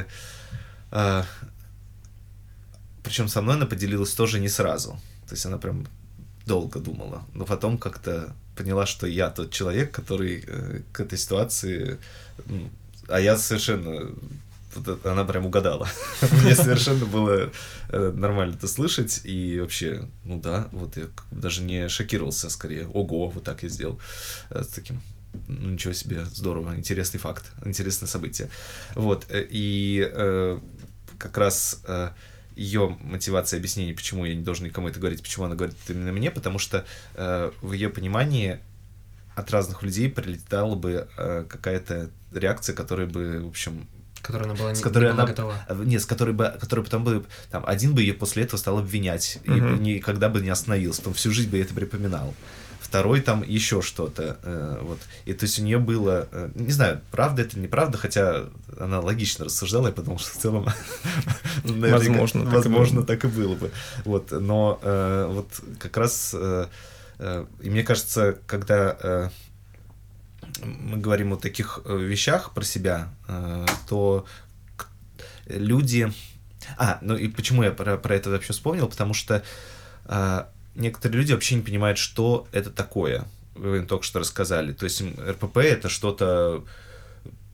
причем со мной она поделилась тоже не сразу. То есть она прям долго думала. Но потом как-то поняла, что я тот человек, который к этой ситуации... А я совершенно... Она прям угадала. Мне совершенно было нормально это слышать. И вообще, я даже не шокировался, скорее. Ого, вот так я сделал. С таким, ничего себе, здорово, интересный факт, интересное событие. Вот, и как раз ее мотивация объяснения, почему я не должен никому это говорить, почему она говорит именно мне, потому что в ее понимании от разных людей прилетала бы какая-то реакция, которая бы, в общем... Которой она была не была готова. Нет, с которой потом бы... один бы ее после этого стал обвинять, и никогда бы не остановился, потом всю жизнь бы это припоминал. Второй там еще что-то. Вот. И то есть у нее было... Не знаю, правда это, неправда, хотя она логично рассуждала, я подумал, что в целом... Возможно, так и было бы. Вот. Но вот как раз... И мне кажется, когда... мы говорим о таких вещах про себя, то люди... и почему я про это вообще вспомнил? Потому что некоторые люди вообще не понимают, что это такое. Вы им только что рассказали. То есть РПП — это что-то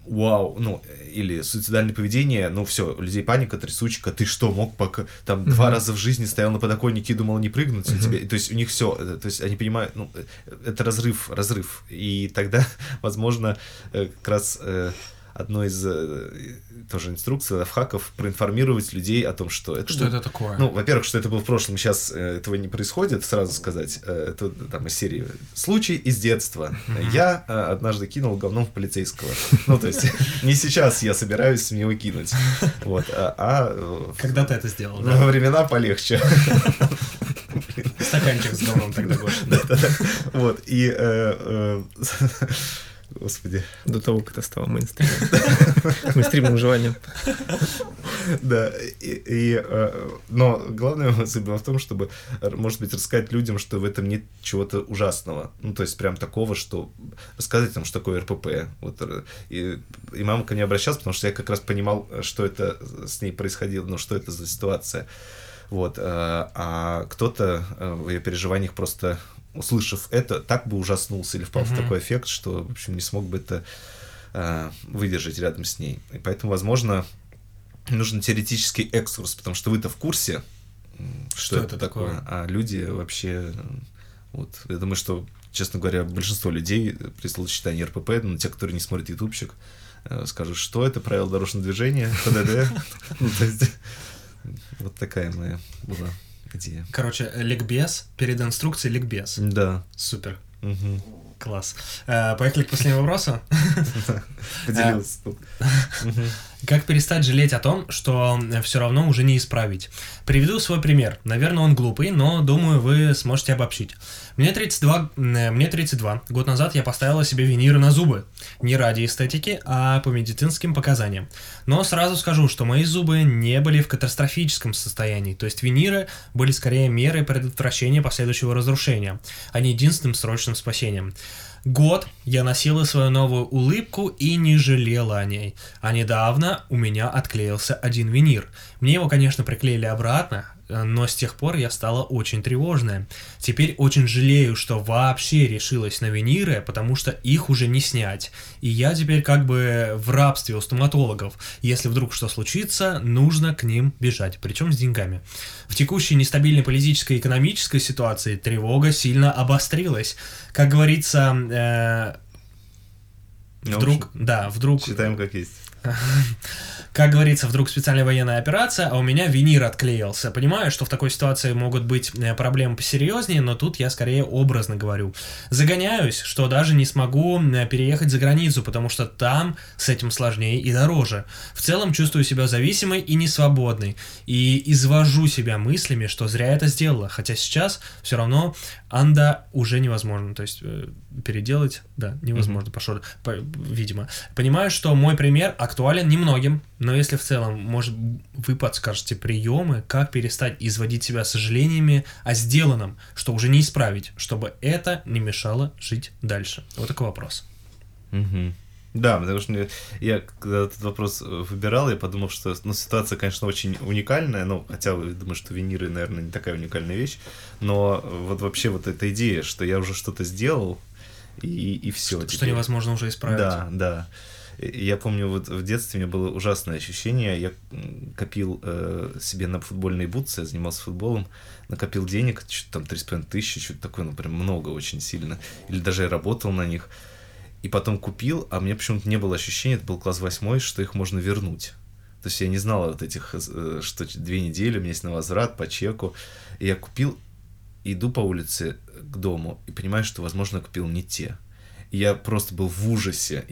вау, ну, или суицидальное поведение, ну, все, у людей паника, трясучка, ты что, мог пока, там, 2 раза в жизни стоял на подоконнике и думал, не прыгнуть ли тебе, то есть у них все, то есть они понимают, ну, это разрыв, и тогда, возможно, как раз одной из тоже инструкций, лайфхаков проинформировать людей о том, что это... Что это такое? Ну, во-первых, что это было в прошлом, сейчас этого не происходит, сразу сказать. Это там из серии «Случай из детства». Я однажды кинул говном в полицейского. Ну, то есть, не сейчас я собираюсь его кинуть. Вот, когда ты это сделал, да? Во времена полегче. Стаканчик с говном тогда, Гоша. Вот, и... Господи. До того, как это стало мейнстримным желанием. Да, но главная мысль была в том, чтобы, может быть, рассказать людям, что в этом нет чего-то ужасного. Ну, то есть, прям такого, что... Рассказать им, что такое РПП. Вот, и мама ко мне обращалась, потому что я как раз понимал, что это с ней происходило, ну, что это за ситуация. Вот, а кто-то в ее переживаниях просто... услышав это, так бы ужаснулся или впал в такой эффект, что, в общем, не смог бы это выдержать рядом с ней. И поэтому, возможно, нужен теоретический экскурс, потому что вы-то в курсе, что это такое, а люди вообще... Вот, я думаю, что, честно говоря, большинство людей при словосочетании РПП, но те, которые не смотрят ютубчик, скажут, что это правила дорожного движения, ПДД. Вот такая моя была идея. Короче, ликбез, перед инструкцией ликбез. Да. Супер. Класс. Поехали к последнему вопросу. Поделился. Как перестать жалеть о том, что все равно уже не исправить? Приведу свой пример. Наверное, он глупый, но думаю, вы сможете обобщить. Мне 32. Год назад я поставила себе виниры на зубы. Не ради эстетики, а по медицинским показаниям. Но сразу скажу, что мои зубы не были в катастрофическом состоянии. То есть виниры были скорее мерой предотвращения последующего разрушения, а не единственным срочным спасением. Год я носила свою новую улыбку и не жалела о ней. А недавно у меня отклеился один винир. Мне его, конечно, приклеили обратно, но с тех пор я стала очень тревожная. Теперь очень жалею, что вообще решилась на виниры, потому что их уже не снять. И я теперь как бы в рабстве у стоматологов. Если вдруг что случится, нужно к ним бежать, причем с деньгами. В текущей нестабильной политической и экономической ситуации тревога сильно обострилась. Как говорится, вдруг... Считаем как есть. Как говорится, вдруг специальная военная операция, а у меня винир отклеился. Понимаю, что в такой ситуации могут быть проблемы посерьезнее, но тут я скорее образно говорю. Загоняюсь, что даже не смогу переехать за границу, потому что там с этим сложнее и дороже. В целом чувствую себя зависимой и несвободной. И извожу себя мыслями, что зря это сделала. Хотя сейчас все равно анда уже невозможно. То есть переделать, да, невозможно, видимо. Понимаю, что мой пример актуален немногим, но если в целом, может, вы подскажете приемы, как перестать изводить себя сожалениями о сделанном, что уже не исправить, чтобы это не мешало жить дальше. Вот такой вопрос. Да, потому что я, когда этот вопрос выбирал, я подумал, что ситуация, конечно, очень уникальная, хотя я думаю, что виниры, наверное, не такая уникальная вещь, но вот вообще вот эта идея, что я уже что-то сделал, и все. Что невозможно уже исправить. Да. Я помню, вот в детстве у меня было ужасное ощущение, я копил себе на футбольные бутсы, я занимался футболом, накопил денег, что-то там 3,5 тысячи, что-то такое, прям много очень сильно, или даже я работал на них, и потом купил, а у меня почему-то не было ощущения, это был класс 8, что их можно вернуть. То есть я не знал вот этих, что 2 недели у меня есть на возврат по чеку, и я купил, иду по улице к дому и понимаю, что, возможно, я купил не те. И я просто был в ужасе.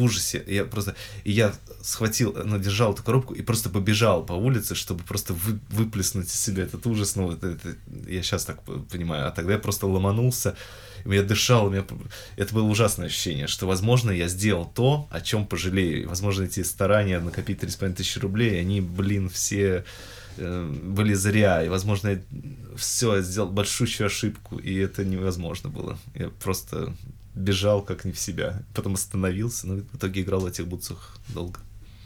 Я схватил, держал эту коробку и просто побежал по улице, чтобы просто выплеснуть из себя этот ужас. Я сейчас так понимаю. А тогда я просто ломанулся, я дышал, это было ужасное ощущение, что, возможно, я сделал то, о чем пожалею. И, возможно, эти старания накопить 3,5 тысячи рублей, они, все были зря. И, возможно, я сделал большущую ошибку, и это невозможно было. Я просто бежал как не в себя. Потом остановился, но в итоге играл в этих бутсах долго.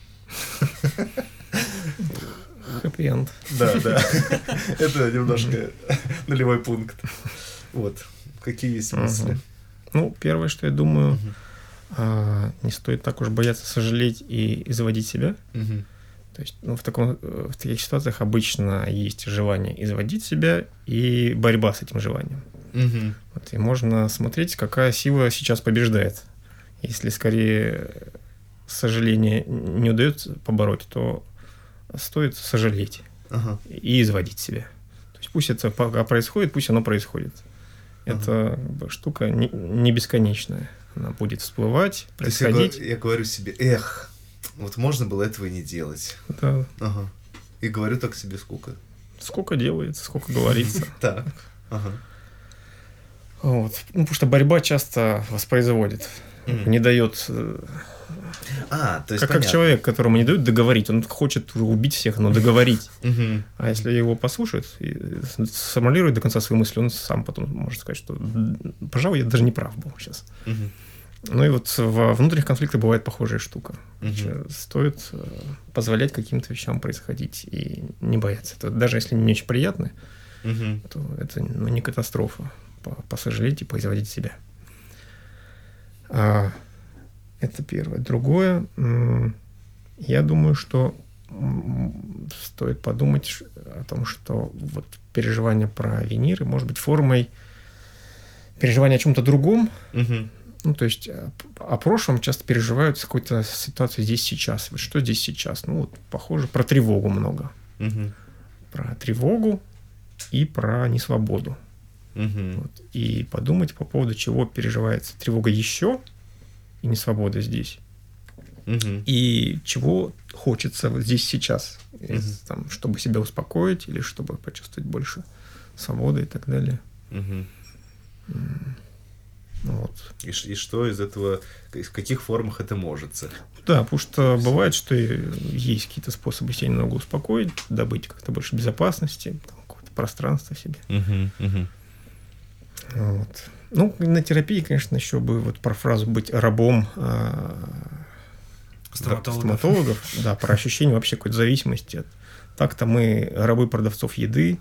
Хэппи-энд. Да. Это немножко нулевой пункт. Вот. Какие есть мысли? Первое, что я думаю, не стоит так уж бояться сожалеть и изводить себя. То есть в таких ситуациях обычно есть желание изводить себя и борьба с этим желанием. Вот, и можно смотреть, какая сила сейчас побеждает. Если скорее сожаление не удается побороть, то стоит сожалеть и изводить себя. То есть пусть это пока происходит, пусть оно происходит. Это штука не бесконечная. Она будет всплывать, происходить. Я говорю себе, вот можно было этого и не делать. Да. И говорю так себе сколько. Сколько делается, сколько говорится. Так. Вот. Потому что борьба часто воспроизводит, не дает... То есть как человек, которому не дают договорить, он хочет убить всех, но договорить. А если его послушают и сформулирует до конца свои мысли, он сам потом может сказать, что, пожалуй, я даже не прав был сейчас. Ну и вот во внутренних конфликтах бывает похожая штука. Стоит позволять каким-то вещам происходить и не бояться. Это, даже если не очень приятно, то это не катастрофа. Посожалеть и поизводить себя. Это первое. Другое, я думаю, что стоит подумать о том, что вот переживание про виниры может быть формой переживания о чем-то другом. Ну, то есть о прошлом часто переживают с какой-то ситуацией здесь сейчас. Вот что здесь сейчас? Ну, вот похоже, про тревогу много. Про тревогу и про несвободу. Вот. И подумать по поводу, чего переживается тревога еще и несвобода здесь. И чего хочется вот здесь сейчас, там, чтобы себя успокоить или чтобы почувствовать больше свободы и так далее. Вот. И что из этого, в каких формах это можется? Да, потому что бывает, что есть какие-то способы себя немного успокоить, добыть как-то больше безопасности, какое-то пространство себе. Вот. Ну, на терапии, конечно, еще бы вот про фразу «быть рабом» стоматологов, да, про ощущение вообще какой-то зависимости. Так-то мы рабы продавцов еды,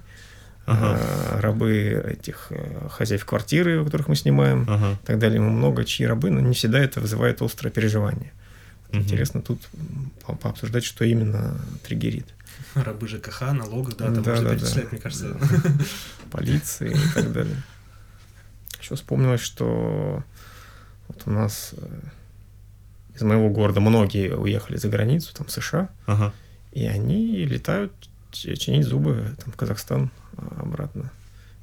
рабы этих хозяев квартиры, у которых мы снимаем, и так далее. Мы много чьи рабы, но не всегда это вызывает острое переживание. Интересно тут пообсуждать, что именно триггерит. Рабы ЖКХ, налогов, да, там можно перечислять, мне кажется. Полиции и так далее. Еще вспомнилось, что вот у нас из моего города многие уехали за границу, там, в США, и они летают чинить зубы там, в Казахстан обратно.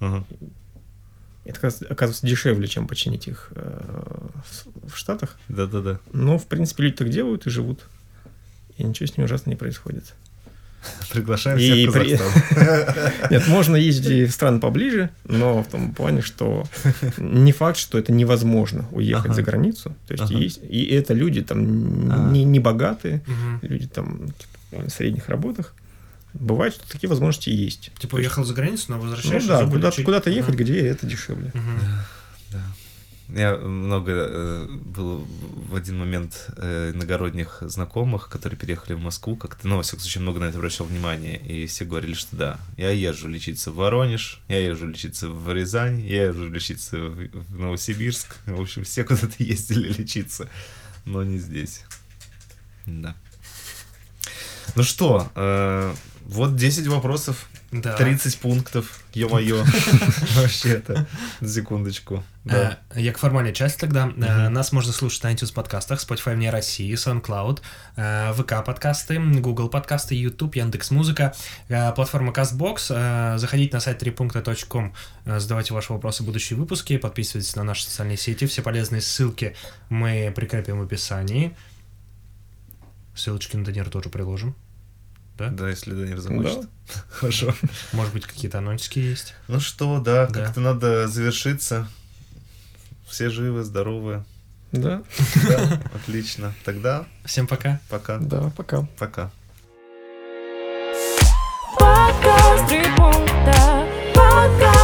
Это, оказывается, дешевле, чем починить их в Штатах. Да. Но, в принципе, люди так делают и живут. И ничего с ними ужасно не происходит. Приглашаем всех в Казахстан. Нет, можно ездить в страны поближе, но в том плане, что не факт, что это невозможно уехать за границу. То есть и это люди там не богатые, люди там на средних работах. Бывает, что такие возможности есть. Типа уехал за границу, но возвращаешься. Ну да, куда-то ехать, где это дешевле. Да. Я много был в один момент иногородних знакомых, которые переехали в Москву, как-то, во всяком случае, много на это обращал внимание, и все говорили, что да, я езжу лечиться в Воронеж, я езжу лечиться в Рязань, я езжу лечиться в Новосибирск, в общем, все куда-то ездили лечиться, но не здесь. Да. Ну что, вот 10 вопросов. Да. 30 пунктов, ё-моё. Вообще-то, секундочку. Да. Як фармальная часть тогда. Нас можно слушать на iTunes подкастах, Spotify вне России, SoundCloud, ВК подкасты, Google подкасты, YouTube, Яндекс.Музыка, платформа CastBox. Заходите на сайт 3punkta.com, задавайте ваши вопросы в будущие выпуски, подписывайтесь на наши социальные сети. Все полезные ссылки мы прикрепим в описании. Ссылочки на Данир тоже приложим. Да? Да, если Данир захочет. Да. Хорошо. Может быть, какие-то анонсики есть? Ну что, да, как-то надо завершиться. Все живы, здоровы. Да. Да, отлично. Тогда всем пока. Пока. Да, пока. Пока. Подкаст 3 пункта. Подкаст